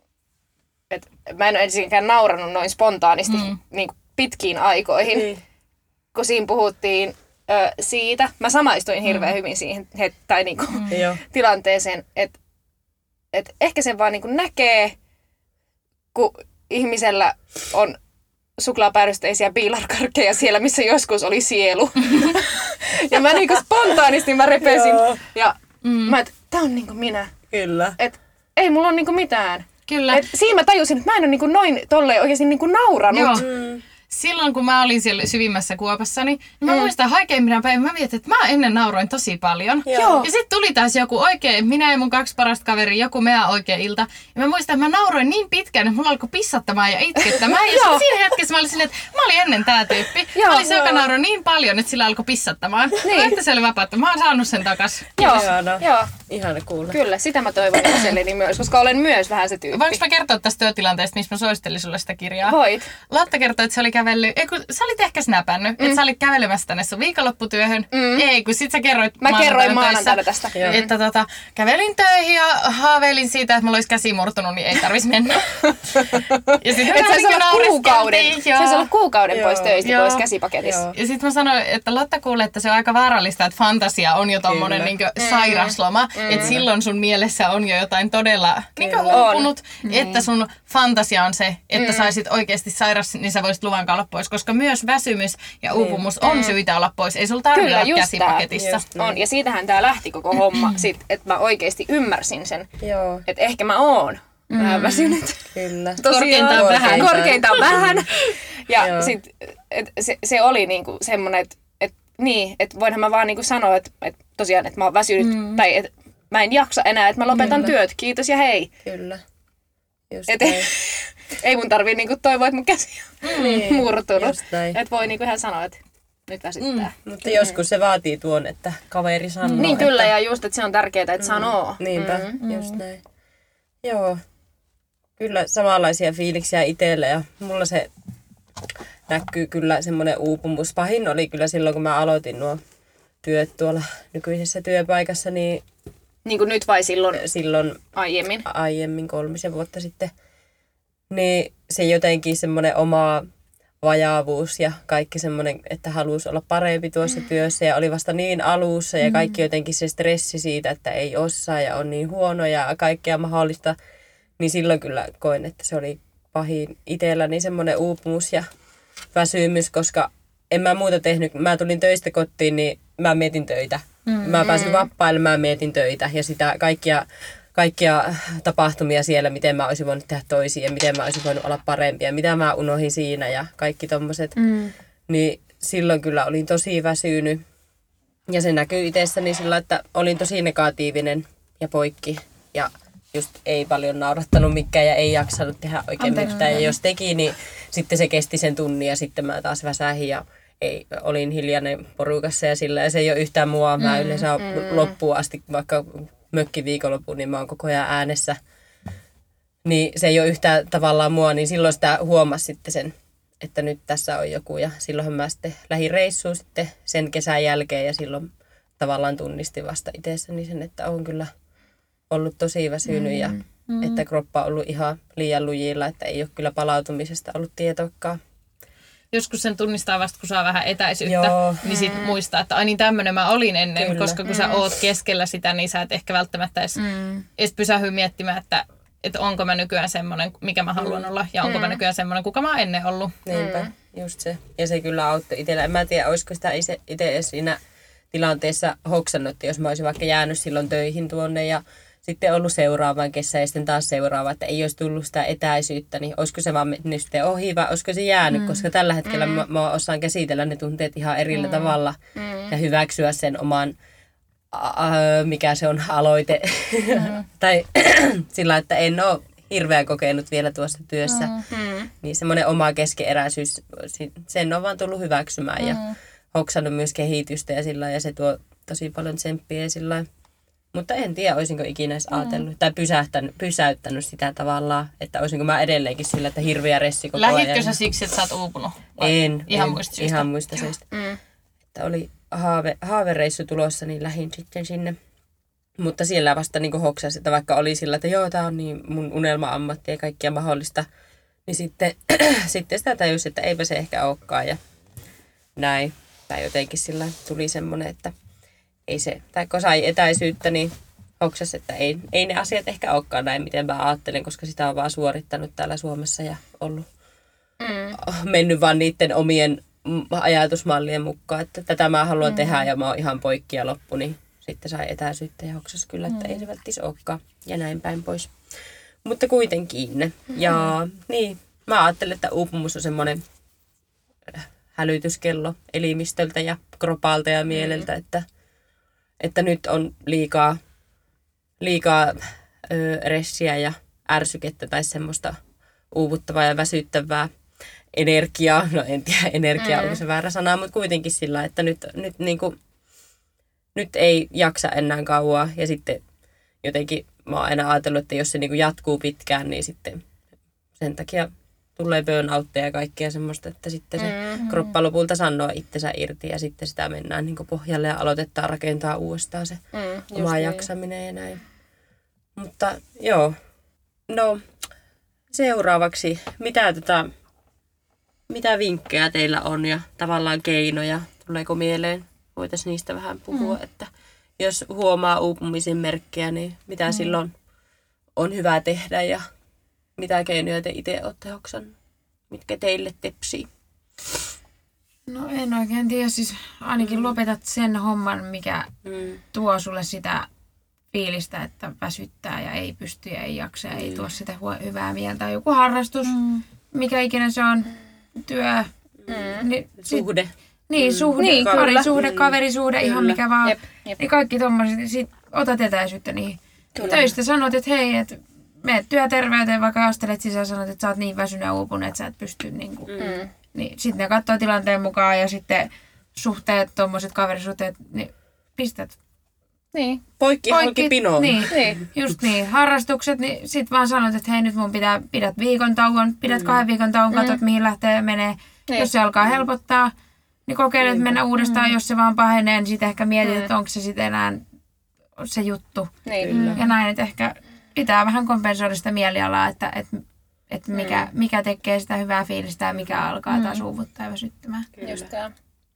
et mä en ole ensinkään naurannut noin spontaanisti Mm. niin kuin pitkiin aikoihin. Niin. Kun siinä puhuttiin ö, siitä. Mä samaistuin hirveän hyvin siihen het, tai niin kuin, Mm. Joo. tilanteeseen, että et ehkä sen vaan niin kuin näkee, kun ihmisellä on suklaapäällysteisiä piilarkarkkeja siellä, missä joskus oli sielu. Ja mä niinku spontaanisti mä repesin. Joo. Ja Mm. mä et, tää on niinku minä. Kyllä. Et ei mulla on niinku mitään. Kyllä. Et siinä mä tajusin, että mä en ole niinku noin tolleen oikeasti niinku nauranut. Joo. Mm. Silloin kun mä olin siellä syvimmässä kuopassani, niin mä mm. muistan haikeimpina päivänä, mä mietin, että mä ennen nauroin tosi paljon. Joo. Ja sitten tuli taas joku oikein, minä ja mun kaksi parasta kaveria, joku meidän oikea ilta. Ja mä muistan, että mä nauroin niin pitkään, että mulla alkoi pissattamaan ja itkettämään. Ja sit siinä hetkessä mä olin silleen, että mä olin ennen tää tyyppi. Joo, Mä olin se, joka joo. nauroi niin paljon, että sillä alkoi pissattamaan. Niin. Että se oli vapautta. Mä oon saanut sen takas. Joo, Ihana. joo. Ihana kuulla. Kyllä, sitä mä toivon itselleni myös, koska olen myös vähän se tyyppi. Voinko mä kertoa tästä työtilanteesta, missä mä suosittelin sulle sitä kirjaa? Voit. Lotta kertoi, että se oli kävellyt, ei kun sä olit ehkä snäpännyt, mm. että sä olit kävelemässä tänne sun viikonlopputyöhön. Mm. Ei, kun sit sä kerroit Mä kerroin maanantaina maanantaina töissä, tästä. Joo. että tota, kävelin töihin ja haaveilin siitä, että mulla olisi käsi murtunut, niin ei tarvis mennä. Ja sit Et saisi olla kuukauden, saisi olla kuukauden Joo. pois töistä, Joo. pois käsipaketissa. Joo. Ja sitten mä sanoin, että Lotta kuulee, että se on aika vaarallista, että fantasia on jo tommonen Kyllä. niinkö sairasloma. Mm. Että silloin sun mielessä on jo jotain todella niinkö Kyllä. uupunut, että sun fantasia on se, että mm. saisit oikeasti sairas, niin sä voisit luvan olla pois. Koska myös väsymys ja uupumus on syytä olla pois. Ei sulla tarvitse Kyllä, olla just käsipaketissa. Just On, ja siitähän tää lähti koko homma, sit, että mä oikeesti ymmärsin sen. Joo. Että ehkä mä oon vähän väsynyt. Kyllä. Korkeintaan vähän. Korkeintaan vähän. Ja Joo. sit, et, se, se oli niinku semmonen, että et, niin, että voinhan mä vaan niinku sanoa, että et, tosiaan, että mä oon väsynyt, mm. tai että mä en jaksa enää, että mä lopetan Kyllä. työt, kiitos ja hei. Kyllä. Just Et, näin. ei mun tarvii niinku toivoa, että mun käsi on Niin, murtunut. just näin. Että voi niinku ihan sanoa, että nyt väsyttää. Mm. Mutta joskus se vaatii tuon, että kaveri sanoo. Niin että... kyllä, ja just, että se on tärkeää, että sanoo. Niinpä, Mm. just näin. Joo. Kyllä samanlaisia fiiliksiä itselle ja mulla se näkyy kyllä semmoinen uupumus. Pahin oli kyllä silloin, kun mä aloitin nuo työt tuolla nykyisessä työpaikassa, niin Niin kuin nyt vai silloin silloin aiemmin? aiemmin kolmisen vuotta sitten, niin se jotenkin semmoinen oma vajaavuus ja kaikki semmoinen, että halusi olla parempi tuossa työssä ja oli vasta niin alussa ja kaikki jotenkin se stressi siitä, että ei osaa ja on niin huono ja kaikkea mahdollista, niin silloin kyllä koin, että se oli pahin itselläni semmoinen uupumus ja väsymys, koska en mä muuta tehnyt. Mä tulin töistä kotiin, niin mä mietin töitä. Mm-hmm. Mä pääsin vappailemaan, mietin töitä ja sitä kaikkia, kaikkia tapahtumia siellä, miten mä olisin voinut tehdä toisia ja miten mä olisin voinut olla parempi ja mitä mä unohdin siinä ja kaikki tommoset. Mm. Niin silloin kyllä olin tosi väsynyt ja se näkyy itsessäni sillä, että olin tosi negatiivinen ja poikki ja just ei paljon naurattanut mikään ja ei jaksanut tehdä oikein Anteeksi. mitään. Ja jos teki, niin sitten se kesti sen tunnin ja sitten mä taas väsähin ja ei, olin hiljainen porukassa ja sillä. Ja se ei ole yhtään mua. Mä mm, yleensä mm. loppuun asti, vaikka mökki viikonloppuun, niin mä oon koko ajan äänessä. Niin se ei ole yhtään tavallaan mua, niin silloin sitä huomasi sitten sen, että nyt tässä on joku. Ja silloinhan mä sitten lähdin reissuun sitten sen kesän jälkeen ja silloin tavallaan tunnistin vasta itsessäni sen, että on kyllä ollut tosi väsynyt ja mm. että kroppa on ollut ihan liian lujilla, että ei ole kyllä palautumisesta ollut tietoakaan. Joskus sen tunnistaa vasta, kun saa vähän etäisyyttä, Joo. niin sit muistaa, että ai niin tämmönen mä olin ennen, Kyllä. koska kun mm. sä oot keskellä sitä, niin sä et ehkä välttämättä edes, mm. edes pysähy miettimään, että, että onko mä nykyään semmoinen, mikä mä haluan olla, ja onko mm. mä nykyään semmoinen, kuka mä oon ennen ollut. Niinpä, mm. just se. Ja se kyllä auttoi itsellä. En mä tiedä, olisiko sitä itse edes siinä tilanteessa hoksannut, jos mä olisin vaikka jäänyt silloin töihin tuonne ja sitten ollut seuraavan kesän ja sitten taas seuraava, että ei olisi tullut sitä etäisyyttä, niin olisiko se vaan mennyt sitten ohi vai olisiko se jäänyt, mm. koska tällä hetkellä mm. mä, mä osaan käsitellä ne tunteet ihan erillä mm. tavalla mm. ja hyväksyä sen oman ää, mikä se on aloite. Mm. tai sillä, että en ole hirveän kokenut vielä tuossa työssä. Mm. Niin semmoinen oma keskeeräisyys, sen on vaan tullut hyväksymään mm. ja hoksannut myös kehitystä ja sillä ja se tuo tosi paljon tsemppiä ja sillä. Mutta en tiedä, olisinko ikinä edes ajatellut tai pysäyttänyt, pysäyttänyt sitä tavallaan, että olisinko mä edelleenkin sillä, että hirveä ressi koko ajan. Lähitkö sä siksi, että sä oot uupunut? En, ihan en, muista syystä? Ihan muista syystä. Mm. Että oli haave, haavereissu tulossa, niin lähdin sitten sinne. Mutta siellä vasta niin hoksasi, että vaikka oli sillä, että joo, tää on niin mun unelma-ammatti ja kaikkia mahdollista, niin sitten, sitten sitä tajusi, että eipä se ehkä olekaan ja näin. Tai jotenkin sillä tuli semmoinen, että ei se, tai kun sai etäisyyttä, niin hoksasi, että ei, ei ne asiat ehkä olekaan näin, miten mä ajattelen, koska sitä on vaan suorittanut täällä Suomessa ja ollut mm. mennyt vaan niiden omien ajatusmallien mukaan, että tätä mä haluan mm. tehdä ja mä oon ihan poikki ja loppu, niin sitten sai etäisyyttä ja hoksasi kyllä, että mm. ei se välttis olekaan ja näin päin pois. Mutta kuitenkin. Mm. Ja niin, mä ajattelen, että uupumus on semmoinen hälytyskello elimistöltä ja kropalta ja mieleltä, mm. että että nyt on liikaa, liikaa ö, ressiä ja ärsykettä tai semmoista uuvuttavaa ja väsyttävää energiaa. No en tiedä, energia mm. onko se väärä sana, mutta kuitenkin sillä, että nyt, nyt, niin kuin, nyt ei jaksa enää kauaa. Ja sitten jotenkin mä oon aina ajatellut, että jos se niin kuin jatkuu pitkään, niin sitten sen takia tulee burnoutteja ja kaikkea semmoista, että sitten se mm-hmm. kroppa lopulta sanoo itsensä irti ja sitten sitä mennään niin kuin pohjalle ja aloitetaan rakentaa uudestaan se mm, oma niin. jaksaminen ja näin. Mutta joo, no seuraavaksi, mitä, tota, mitä vinkkejä teillä on ja tavallaan keinoja, tuleeko mieleen? Voitaisiin niistä vähän puhua, mm. että jos huomaa uupumisen merkkejä, niin mitä mm. silloin on hyvä tehdä ja mitä keinoja te itse olette hoksannut? Mitkä teille tepsii? No en oikein tiedä. Siis ainakin mm. lopetat sen homman, mikä mm. tuo sulle sitä fiilistä, että väsyttää ja ei pysty ja ei jaksa ja mm. ei tuo sitä hyvää mieltä. Joku harrastus, mm. mikä ikinä se on, työ. Mm. Niin, suhde. Sit, niin, suhde, niin, parisuhde, mm. kaverisuhde, kyllä. Ihan mikä vaan. Jep, jep. Niin kaikki tommoset. Sit otat etäisyyttä niihin. Töistä sanot, että hei, että meet työterveyteen, vaikka astelet sisään sanot, että sä oot niin väsynyt ja uupunut, että sä et pysty niinku. Mm. Niin sitten ne katsoo tilanteen mukaan ja sitten suhteet, tommoset kaverisuhteet, niin pistät. Niin. Poikki halki pinoon. Niin, niin, just niin. Harrastukset, niin sit vaan sanot, että hei nyt mun pitää, pidät viikon tauon, pidät mm. kahden viikon tauon, katsot mm. mihin lähtee ja menee. Niin. Jos se alkaa helpottaa, niin kokeilet niin. mennä uudestaan, mm. jos se vaan pahenee, niin sit ehkä mietit, mm. että onko se sitten enää se juttu. Niin. Ja näin, että ehkä pitää vähän kompensoida sitä mielialaa, että, että, että mikä, mm. mikä tekee sitä hyvää fiilistä ja mikä alkaa mm. taas uuvuttaa ja väsyttämään. Just tämä.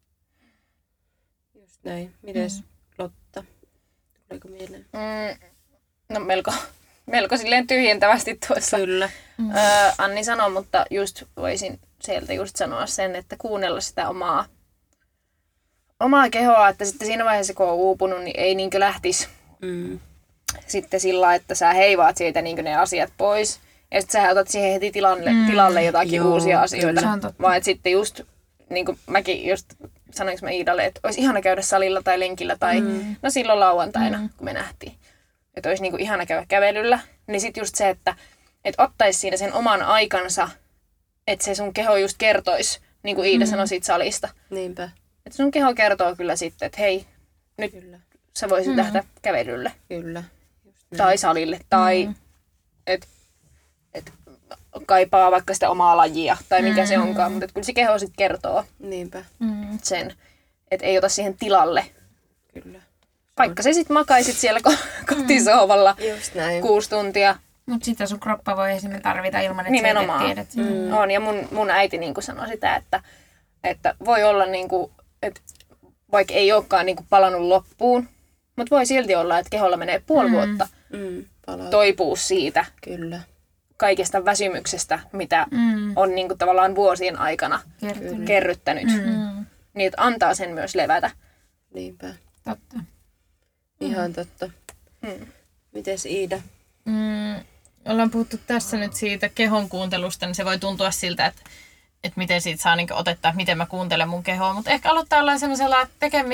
Just näin. Mites mm. Lotta? Tuleeko mieleen? Mm. No melko, melko silleen tyhjentävästi tuossa Kyllä. Mm. Öö, Anni sanoi, mutta just voisin sieltä just sanoa sen, että kuunnella sitä omaa, omaa kehoa, että sitten siinä vaiheessa kun on uupunut, niin ei niinkö lähtisi mm. sitten sillä, että sä heivaat siitä niinkö ne asiat pois. Ja sitten sä otat siihen heti tilalle, mm. tilalle jotakin Joo, uusia asioita. Vaan että sitten just, niin kuin mäkin just sanoinko mä Iidalle, että olisi ihana käydä salilla tai lenkillä tai mm. no silloin lauantaina, mm. kun me nähtiin. Että olisi niin kuin ihana käydä kävelyllä. Niin sitten just se, että et ottaisi siinä sen oman aikansa, että se sun keho just kertoisi, niin kuin Iida mm. sanoi siitä salista. Niinpä. Että sun keho kertoo kyllä sitten, että hei, nyt kyllä. sä voisit mm. lähteä kävelylle. Kyllä. Tai salille. Tai mm. että et kaipaa vaikka sitä omaa lajia tai mikä mm. se onkaan. Mutta kyllä se keho sitten kertoo Niinpä. Mm. sen, että ei ota siihen tilalle. Kyllä. Vaikka se sitten makaisit siellä kotisohvalla mm. kuusi tuntia. Mutta sitä sun kroppa voi esimerkiksi tarvita ilman, että Nimenomaan. sä tiedät. Mm. On, ja mun, mun äiti niin kuin sanoi sitä, että, että voi olla, niin kuin, että vaikka ei olekaan niin kuin palannut loppuun, mutta voi silti olla, että keholla menee puoli mm. vuotta mm. toipuu siitä Kyllä. kaikesta väsymyksestä, mitä mm. on niin kuin tavallaan vuosien aikana Kertynyt. kerryttänyt. Mm. Niin, että antaa sen myös levätä. Niinpä. Totta. Ihan totta. Mm. Mites Iida? Mm, ollaan puhuttu tässä nyt siitä kehon kuuntelusta, niin se voi tuntua siltä, että, että miten siitä saa niin otetta, miten mä kuuntelen mun kehoa. Mutta ehkä aloittaa olla sellaisella, että teke mikä,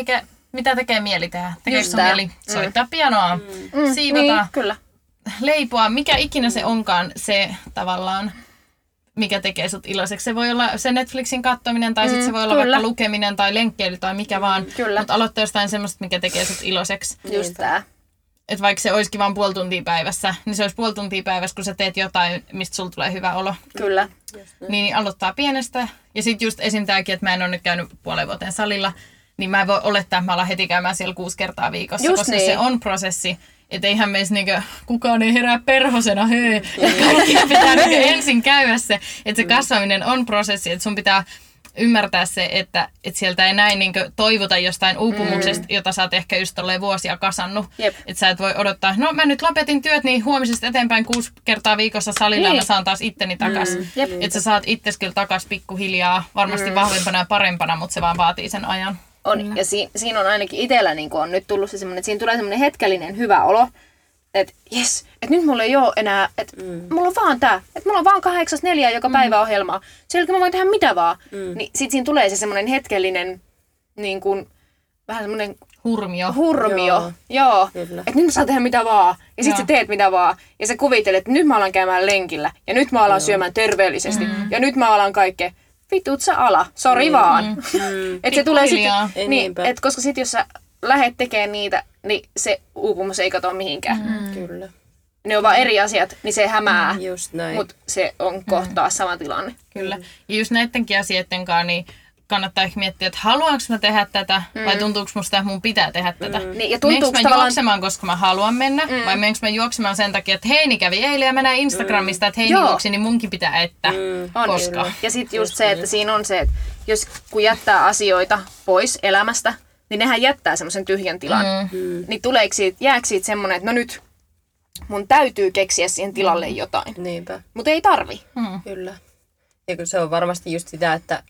mitä tekee mieli tehdä. Tekee Just sun tää. mieli soittaa pianoa, Mm, siivota, niin, kyllä. leipoa, mikä ikinä se onkaan se tavallaan, mikä tekee sut iloiseksi. Se voi olla se Netflixin katsominen tai mm, sitten se voi olla kyllä. vaikka lukeminen tai lenkkeily tai mikä vaan. Kyllä. Mutta aloittaa jostain semmoista, mikä tekee sut iloiseksi. Just tää. Että vaikka se olisikin vaan puoli tuntia päivässä, niin se olisi puoli tuntia päivässä, kun sä teet jotain, mistä sulla tulee hyvä olo. Kyllä. Niin aloittaa pienestä. Ja sitten just esim. Tääkin, että mä en ole nyt käynyt puolen vuoteen salilla, niin mä en voi olettaa, että mä alan heti käymään siellä kuusi kertaa viikossa, Just koska niin. se on prosessi. Että eihän meissä niinku, kukaan ei herää perhosena, hei. Että kaikkien pitää niinku ensin käydä se, että se kasvaminen on prosessi, että sun pitää ymmärtää se, että, että sieltä ei näin niin toivota jostain uupumuksesta, mm. jota sä oot ehkä just tolleen vuosia kasannut. Jep. Että sä et voi odottaa, no mä nyt lopetin työt, niin huomisesta eteenpäin kuusi kertaa viikossa salilla niin. Ja mä saan taas itteni takas. Mm. Että sä saat itses kyllä takas pikkuhiljaa, varmasti mm. vahvempana ja parempana, mutta se vaan vaatii sen ajan. On, ja si- siinä on ainakin itsellä niin on nyt tullut se semmoinen, että siinä tulee semmoinen hetkellinen hyvä olo, että jes, että nyt mulla ei ole enää, että mm. mulla on vaan tää, että mulla on vaan kahdeksasta neljään joka mm. päivä ohjelmaa. Sielläkin mä voin tehdä mitä vaan. Mm. Niin sit siinä tulee se semmoinen hetkellinen, niin kuin, vähän semmoinen hurmio. Hurmio, joo. joo. Että nyt mä saan tehdä mitä vaan. Ja sit joo. sä teet mitä vaan. Ja sä kuvittelet, että nyt mä alan käymään lenkillä. Ja nyt mä alan joo. syömään terveellisesti. Mm. Ja nyt mä alan kaikkea. Vitut sä ala, sori mm. vaan. Mm. Että se tulee sitten, niin, et koska sit jos sä lähet tekemään niitä, niin se uupumus ei katoa mihinkään. Mm. Kyllä. Ne on vaan eri asiat, niin se hämää, mm, just näin. Mut se on kohtaa mm. sama tilanne. Kyllä. Ja just näidenkin asioiden kanssa, niin kannattaa ehkä miettiä, että haluanko mä tehdä tätä, mm. vai tuntuuko musta, että mun pitää tehdä tätä. Mm. Niin, ja menenkö mä tavallaan... juoksemaan, koska mä haluan mennä, mm. vai menenkö mä juoksemaan sen takia, että Heini kävi eilen ja mä näin Instagramista, että Heini juoksi, niin munkin pitää, että mm. koska. On, ja sitten just se, että siinä on se, että jos kun jättää asioita pois elämästä, niin nehän jättää semmoisen tyhjän tilan. Mm. Niin tuleeko siitä, jääkö siitä semmoinen, että no nyt mun täytyy keksiä siihen tilalle mm. jotain. Niinpä. Mutta ei tarvi. Mm. Kyllä. Ja kun se on varmasti just sitä, että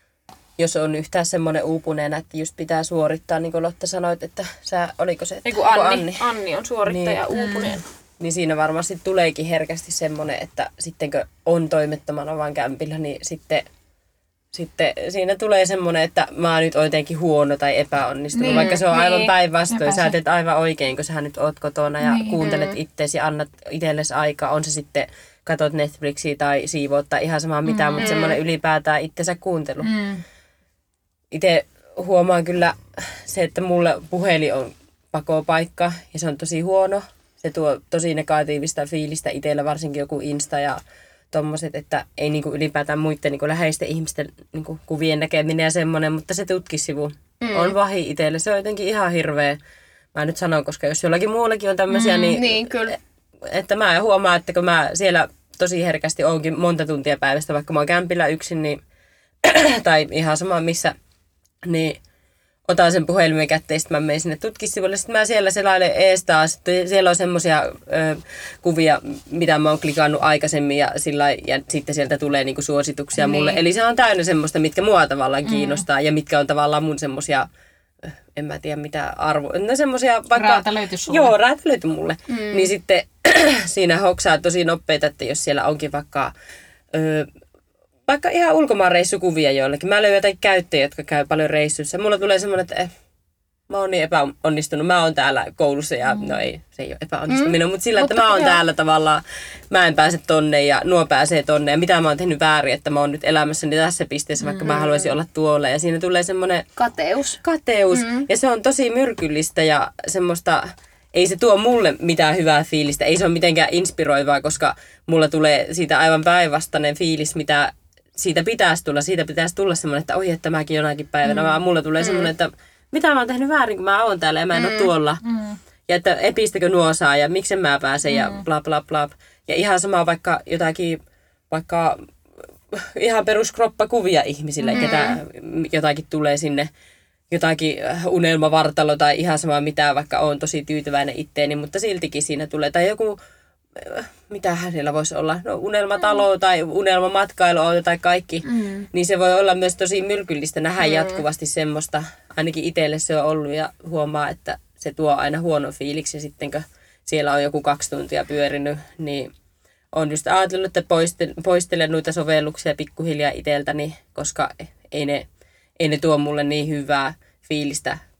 jos on yhtään semmoinen uupuneena, että just pitää suorittaa, niin kuin Lotta sanoit, että sä, oliko se, että Eiku Anni, Anni. Anni on suorittaja niin, uupuneen. Niin siinä varmasti tuleekin herkästi semmoinen, että sittenkö on toimettomana vaan kämpillä, niin sitten, sitten siinä tulee semmoinen, että mä nyt oon jotenkin huono tai epäonnistunut, niin, vaikka se on niin, aivan päinvastoin. Sä teet aivan oikein, kun sä nyt oot kotona ja niin, kuuntelet mm. itteesi ja annat itsellesi aikaa. On se sitten, katot Netflixiä tai siivoot tai ihan sama mitään, mm. mutta semmoinen ylipäätään itsensä kuuntelu. Mm. Itse huomaan kyllä se, että mulle puhelin on pakopaikka ja se on tosi huono. Se tuo tosi negatiivista fiilistä itsellä, varsinkin joku Insta ja tommoset, että ei niinku ylipäätään muiden niinku läheisten ihmisten niinku kuvien näkeminen ja semmoinen, mutta se tutkisivu mm. on vahi itselle. Se on jotenkin ihan hirveä. Mä nyt sanon, koska jos jollakin muullakin on tämmöisiä, mm, niin, niin kyllä. Että mä huomaan, että kun mä siellä tosi herkästi oonkin monta tuntia päivästä, vaikka mä oon kämpillä yksin, niin, tai ihan sama missä, niin otan sen puhelimen kätteen, sitten mä menen sinne tutkisivuille. Sitten mä siellä selailen ees taas. Siellä on semmoisia ö, kuvia, mitä mä oon klikannut aikaisemmin ja, sillä, ja sitten sieltä tulee niinku suosituksia niin. mulle. Eli se on täynnä semmoista, mitkä mua tavallaan mm. kiinnostaa ja mitkä on tavallaan mun semmoisia, en mä tiedä mitä arvo, no semmoisia vaikka... Räätälöity sulle. Joo, räätälöity mulle. Mm. Niin sitten siinä hoksaa tosi nopeita, että jos siellä onkin vaikka... Ö, Vaikka ihan ulkomaanreissukuvia joillekin. Mä löydän jotain käyttäjiä, jotka käy paljon reissuissa. Mulla tulee semmoinen, että eh, mä oon niin epäonnistunut. Mä oon täällä koulussa ja mm. no ei, se ei ole epäonnistuminen, mm. mutta sillä, että mutta, mä oon joo. täällä tavallaan, mä en pääse tonne ja nuo pääsee tonne. Ja mitä mä oon tehnyt väärin, että mä oon nyt elämässäni tässä pisteessä, vaikka mm. mä haluaisin olla tuolla. Ja siinä tulee semmoinen... Kateus. Kateus. Mm. Ja se on tosi myrkyllistä ja semmoista... Ei se tuo mulle mitään hyvää fiilistä. Ei se ole mitenkään inspiroivaa, koska mulla tulee siitä aivan päinvastainen fiilis, mitä... Siitä pitäisi tulla, siitä pitäisi tulla semmoinen, että oi, että mäkin jonakin päivänä, mm. vaan mulla tulee mm. semmoinen, että mitä mä oon tehnyt väärin, kun mä oon täällä ja mä en mm. ole tuolla. Mm. Ja että epistäkö nuo saa ja miksen mä pääsen mm. ja bla bla bla. Ja ihan sama vaikka jotakin, vaikka ihan peruskroppakuvia ihmisille, mm. ketä jotakin tulee sinne, jotakin unelmavartalo tai ihan sama mitä, vaikka on tosi tyytyväinen itteeni, mutta siltikin siinä tulee. Tai joku... Mitähän siellä voisi olla, no unelmatalo mm. tai unelmamatkailu tai kaikki, mm. niin se voi olla myös tosi myrkyllistä nähdä mm. jatkuvasti semmoista. Ainakin itselle se on ollut ja huomaa, että se tuo aina huono fiiliksi. Ja sitten kun siellä on joku kaksi tuntia pyörinyt, niin on just ajatellut, että poistelen, poistelen noita sovelluksia pikkuhiljaa itseltäni, koska ei ne, ei ne tuo mulle niin hyvää fiilistä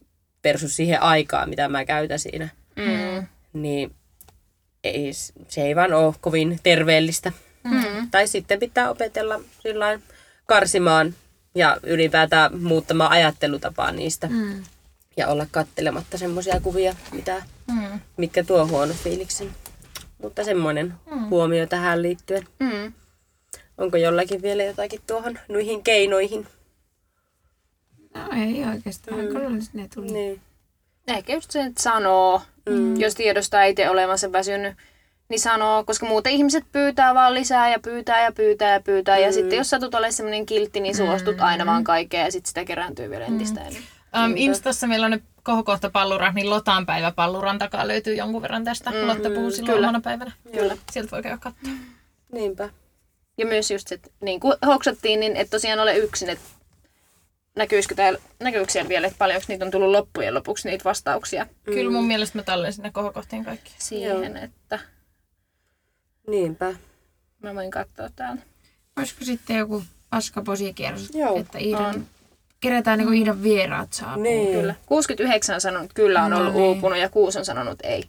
versus siihen aikaan, mitä mä käytän siinä. Mm. Niin ei, se ei vaan ole kovin terveellistä. Mm. Tai sitten pitää opetella sillain karsimaan ja ylipäätään muuttamaan ajattelutapaa niistä. Mm. Ja olla kattelematta semmoisia kuvia, mitä, Mm. mitkä tuo huono fiiliksen. Mutta semmoinen Mm. huomio tähän liittyen. Mm. Onko jollakin vielä jotakin tuohon noihin keinoihin? No ei oikeastaan, mm. kyllä ne tuli. Niin. Ehkä just se, että sanoo, mm. jos tiedostaa itse olevansa väsynyt, niin sanoo, koska muuten ihmiset pyytää vaan lisää ja pyytää ja pyytää ja pyytää. Mm. Ja sitten jos satut olemaan semmoinen kiltti, niin suostut aina vaan kaikkea ja sitten sitä kerääntyy vielä entistä mm. enemmän. Um, Instassa meillä on ne kohokohta pallura, niin Lotan päivä palluran takaa löytyy jonkun verran tästä. Mm, Lotta puhuu silloin kyllä. omana päivänä. Kyllä. Sieltä voi käydä katsoa. Niinpä. Ja myös just, että niin kuin hoksattiin, niin et tosiaan ole yksin, että näkyisikö täällä, näkyykö siellä vielä, että paljonko niitä on tullut loppujen lopuksi niitä vastauksia Mm. Kyllä mun mielestä mä tallensin ne kohokohtiin kaikki. siihen, Joo. että Niinpä. mä voin katsoa täällä. Olisiko sitten joku paskaposikierros, Joo, että Iidan, kerätään niin kuin Iidan vieraat saapuu. Niin. Kyllä. kuusikymmentäyhdeksän on sanonut, että kyllä on No ollut niin. uupunut ja kuusi on sanonut ei.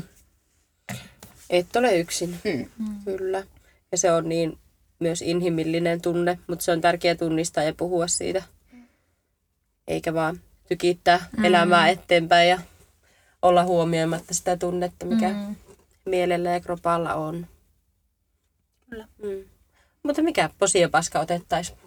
Et ole yksin. Mm. Kyllä. Ja se on niin myös inhimillinen tunne, mutta se on tärkeää tunnistaa ja puhua siitä. Eikä vaan tykittää mm. elämää eteenpäin ja olla huomioimatta sitä tunnetta, mikä mm. mielellä ja kropalla on. Kyllä. Mm. Mutta mikä posi ja paska otettaisiin?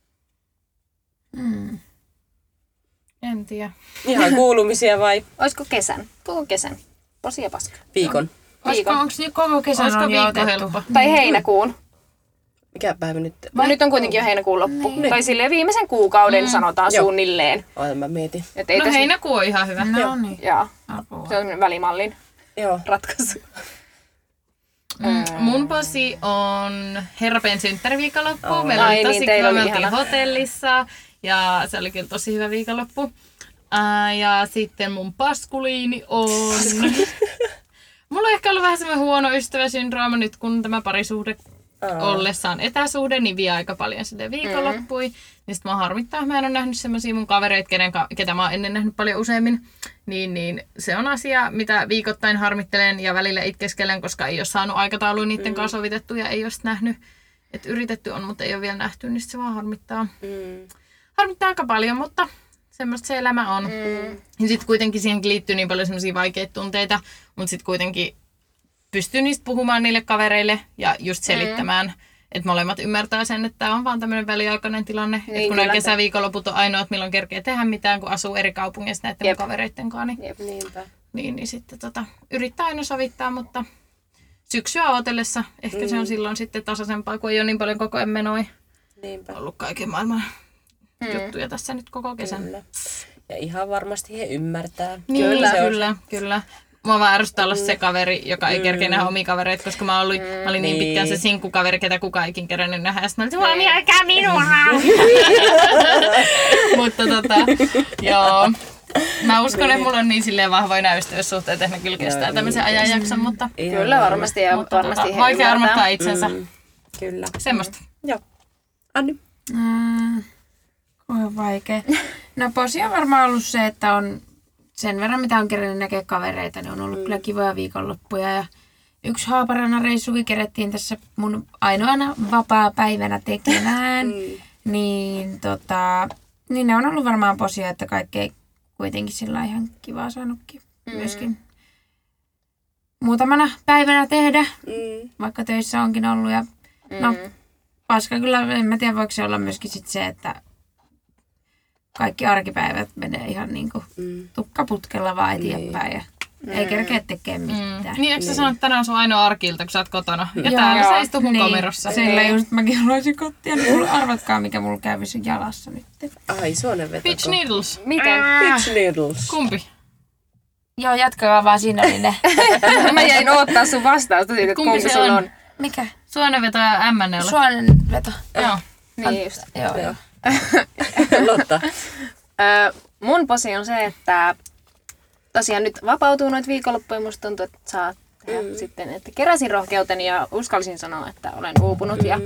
Mm. En tiedä. Ihan kuulumisia vai Olisiko kesän? Koko kesän. Posi ja paska. viikon? Olisiko, Viikon. onko nyt koko kesän Olisiko on jo viikko otettu? helppo? Tai heinäkuun. Mikä päivä nyt? Vai nyt on kuitenkin jo heinäkuun loppu. Niin. Tai silleen viimeisen kuukauden mm. sanotaan Joo. suunnilleen. Ota mä mietin. Et ei No tässä- heinäkuu on ihan hyvä. No niin, Joo. apua. Se on semmoinen välimallin Joo. ratkaisu. Mm, mun posi on Herpeen synttäriviikonloppu. Oh. Meillä oli Ai tosi niin, teillä kiva, oli me oltiin ihana. hotellissa ja se oli kyllä tosi hyvä viikonloppu. Ää, ja sitten mun paskuliini on... Mulla on ehkä ollut vähän semmoinen huono ystäväsyndrooma nyt, kun tämä parisuhde Aa. ollessaan etäsuhde, niin vie aika paljon sille viikonloppui. Mm. Niin sit mä harmittaa, mä en ole nähnyt semmosia mun kavereita, kenen, ka- ketä mä oon ennen nähnyt paljon useammin. Niin, niin se on asia, mitä viikoittain harmittelen ja välillä itkeskelen, koska ei ole saanut aikatauluja niiden mm. kanssa sovitettu ja ei ole sit nähnyt. Että yritetty on, mutta ei ole vielä nähty, niin sit se vaan harmittaa. Mm. Harmittaa aika paljon, mutta semmoista se elämä on. Mm. Ja sitten kuitenkin siihen liittyy niin paljon semmoisia vaikeita tunteita, mutta sitten kuitenkin pystyy niistä puhumaan niille kavereille ja just selittämään, mm. että molemmat ymmärtää sen, että tämä on vaan tämmöinen väliaikainen tilanne. Niin, että kun kyllä. nämä kesäviikonloput on ainoat, milloin kerkee tehdä mitään, kun asuu eri kaupungeissa näiden Jep. mun kavereitten kanssa, niin, Jep. Niinpä. niin, niin sitten tota, yrittää aina sovittaa, mutta syksyä odotellessa ehkä mm. se on silloin sitten tasaisempaa, kun ei ole niin paljon koko ajan menoja. Niinpä. Ollut kaiken maailman Mm. juttuja tässä nyt koko kesän. Kyllä. Ja ihan varmasti he ymmärtää. Niin, Kyllä. kyllä, kyllä, kyllä. Mua vaan ärsyttää olla se kaveri, joka ei kerkeä nähdä omia kavereita, koska mä, ollut, mä olin niin Niin. pitkään se sinkkukaveri, ketä kukaan ei ikin kerännyt nähdä. Ja sitten mä olin, Suomi, älkää minua! Mutta tota, joo. Mä uskon, että mulla on niin silleen vahvoja ystävyyssuhteita, että ne kyllä kestää Joo, tämmöisen niin. ajanjakson, mutta, Ihan Kyllä varmasti ja mutta varmasti tota, he vaikea ymmärtää. armottaa itsensä. Mm. Kyllä. Semmoista. Joo. Anni? Mm, on vaikea. No posi on varmaan ollut se, että on sen verran mitä on kerännyt näkee kavereita, niin on ollut mm. kyllä kivoja viikonloppuja. Ja yksi Haaparannan reissukin kerettiin tässä mun ainoana vapaa-päivänä tekemään. Mm. Niin, tota, niin ne on ollut varmaan posia, että kaikkea kuitenkin sillä ihan kivaa saanutkin mm. myöskin muutamana päivänä tehdä, Mm. vaikka töissä onkin ollut. Ja, Mm. no, paska kyllä, en mä tiedä voiko se olla myöskin sit se, että kaikki arkipäivät menee ihan niinku Mm. tukkaputkella vaan eteenpäin ja Mm. ei kerkeä tekemään Mm. mitään. Niin, eikö sä sano, että tänään on sun ainoa arki-ilta, kun sä oot kotona? Ja Joo. täällä sä istut mun Niin, komerossa. Sillä just mäkin haluaisin kotia, niin mulla arvatkaa mikä mulla käy sun jalassa nyt. Ai, suonenveto. Pitch Needles. Miten? Pitch Needles. Kumpi? Joo, jatkakaa vaan, siinä oli ne. Mä jäin odottaa sun vastausta siitä, että Kumpi kumpi, se sulla on? on. Mikä? Suonenveto ja ämmänneula. Suonenveto. Joo. Niin just. Joo, joo. Lotta. Öö, mun posi on se, että tosiaan nyt vapautuu noita viikonloppuja. Musta tuntuu, että saa tehdä mm. sitten, että keräsin rohkeuteni ja uskalsin sanoa, että olen uupunut. Mm. Ja,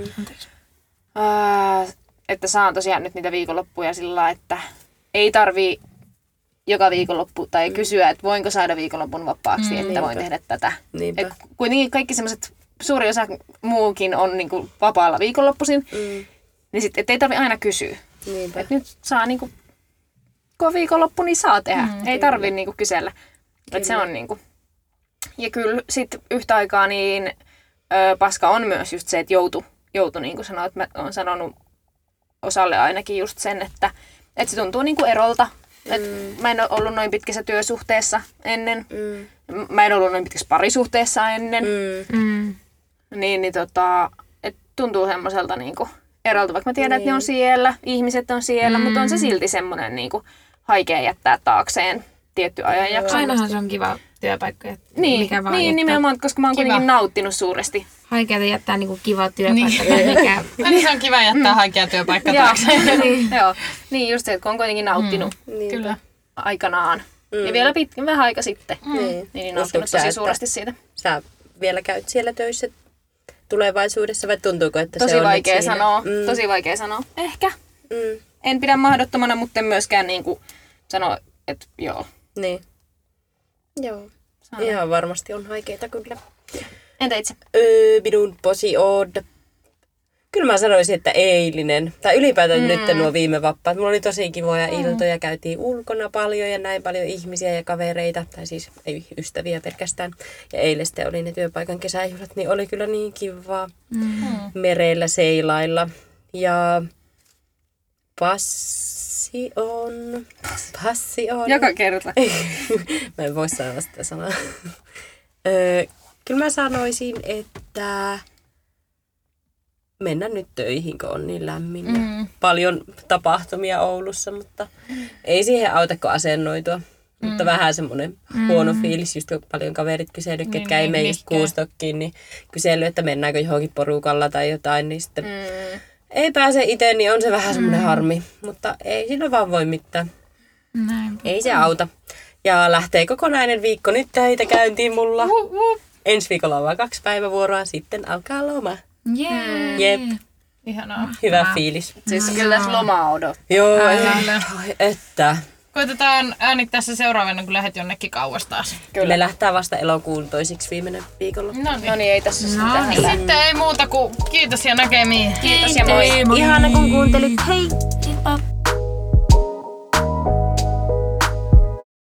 öö, että saan tosiaan nyt niitä viikonloppuja sillä lailla, että ei tarvii joka viikonloppu tai mm. kysyä, että voinko saada viikonlopun vapaaksi, mm, että niinpä. Voin tehdä tätä. Et kuitenkin kaikki semmoiset, suuri osa muukin on niinku vapaalla viikonloppuisin, mm. niin sit, et ei tarvitse aina kysyä. Et nyt saa niinku, kun on viikonloppu, niin saa tehdä. Mm, ei tarvitse niinku kysellä. Et se on niinku. Ja kyllä sit yhtä aikaa niin ö, paska on myös just se, että joutu, joutu niin kuin sanoa, että mä oon sanonut osalle ainakin just sen, että, että se tuntuu niin kuin erolta. Mm. Et mä en ole ollut noin pitkässä työsuhteessa ennen. Mm. Mä en ollut noin pitkässä parisuhteessa ennen. Mm. Mm. Niin, niin tota, et tuntuu semmoiselta niin kuin erolta, vaikka mä tiedän, niin. Että ne on siellä, ihmiset on siellä, mm. mutta on se silti semmoinen niin kuin haikea jättää taakseen tietty ajanjakso. Ainahan se on kiva työpaikka. Niin, mikä vaan niin jättää. Nimenomaan, koska mä oon kiva. Kuitenkin nauttinut suuresti. Haikeata jättää niinku kiva työpaikka. Niin. Mikä... Niin se on kiva jättää mm. haikea työpaikka taakseen. niin. Joo, niin just se, että kun on kuitenkin nauttinut mm. Kyllä. aikanaan. Mm. Ja vielä pitkin vähän aika sitten. Mm. Niin, niin nauttinut tosi suuresti siitä. Sä vielä käyt siellä töissä tulevaisuudessa vai tuntuuko, että tosi se on vaikea sanoa. Mm. Tosi vaikea sanoa. Ehkä. Mm. En pidä mahdottomana, mutta en myöskään niinku sanoa, että joo. Niin. Joo. Sano. Ihan varmasti on haikeita kyllä. Entä itse? Öö, minun posi on. Kyllä mä sanoisin, että eilinen. Tai ylipäätään mm. nyt nuo viime vappaat. Mulla oli tosi kivoja mm. iltoja. Käytiin ulkona paljon ja näin paljon ihmisiä ja kavereita. Tai siis ei ystäviä pelkästään. Ja eilen sitten oli ne työpaikan kesäjuhlat. Niin oli kyllä niin kivaa. Mm. Merellä seilailla. Ja passi on. Passi on. Joka kerta. Mä en voi sanoa sitä sanaa. öö, kyllä mä sanoisin, että mennä nyt töihin, kun on niin lämmin. Mm. Ja paljon tapahtumia Oulussa, mutta ei siihen auta, kun asennoitua. Mm. Mutta vähän semmoinen mm. huono fiilis, just kun paljon kaverit kysellyt, niin, ketkä ei niin, mene just kuustokkiin, niin kysellyt, että mennäänkö johonkin porukalla tai jotain, niin sitten mm. ei pääse itse, niin on se vähän semmoinen mm. harmi. Mutta ei sillä vaan voi mitään. Näin. Ei se auta. Ja lähtee kokonainen viikko nyt töitä käyntiin mulla. Uh, uh. Ensi viikolla on vaan kaksi päivävuoroa, sitten alkaa loma. Jee. Jep. Ihanaa. Hyvä Hyvä. fiilis. Siis kyllä tässä lomaa odot. Joo, että. Koitetaan äänittää se seuraavana, kun lähdet jonnekin kauas taas. Kyllä. Me lähtee vasta elokuun toisiksi viimeinen viikolla. No niin. No niin, ei tässä no tähän. Niin. Sitten ei muuta kuin kiitos ja näkemiin. Kiitos ja moi. Ihana kun kuuntelit. Hei!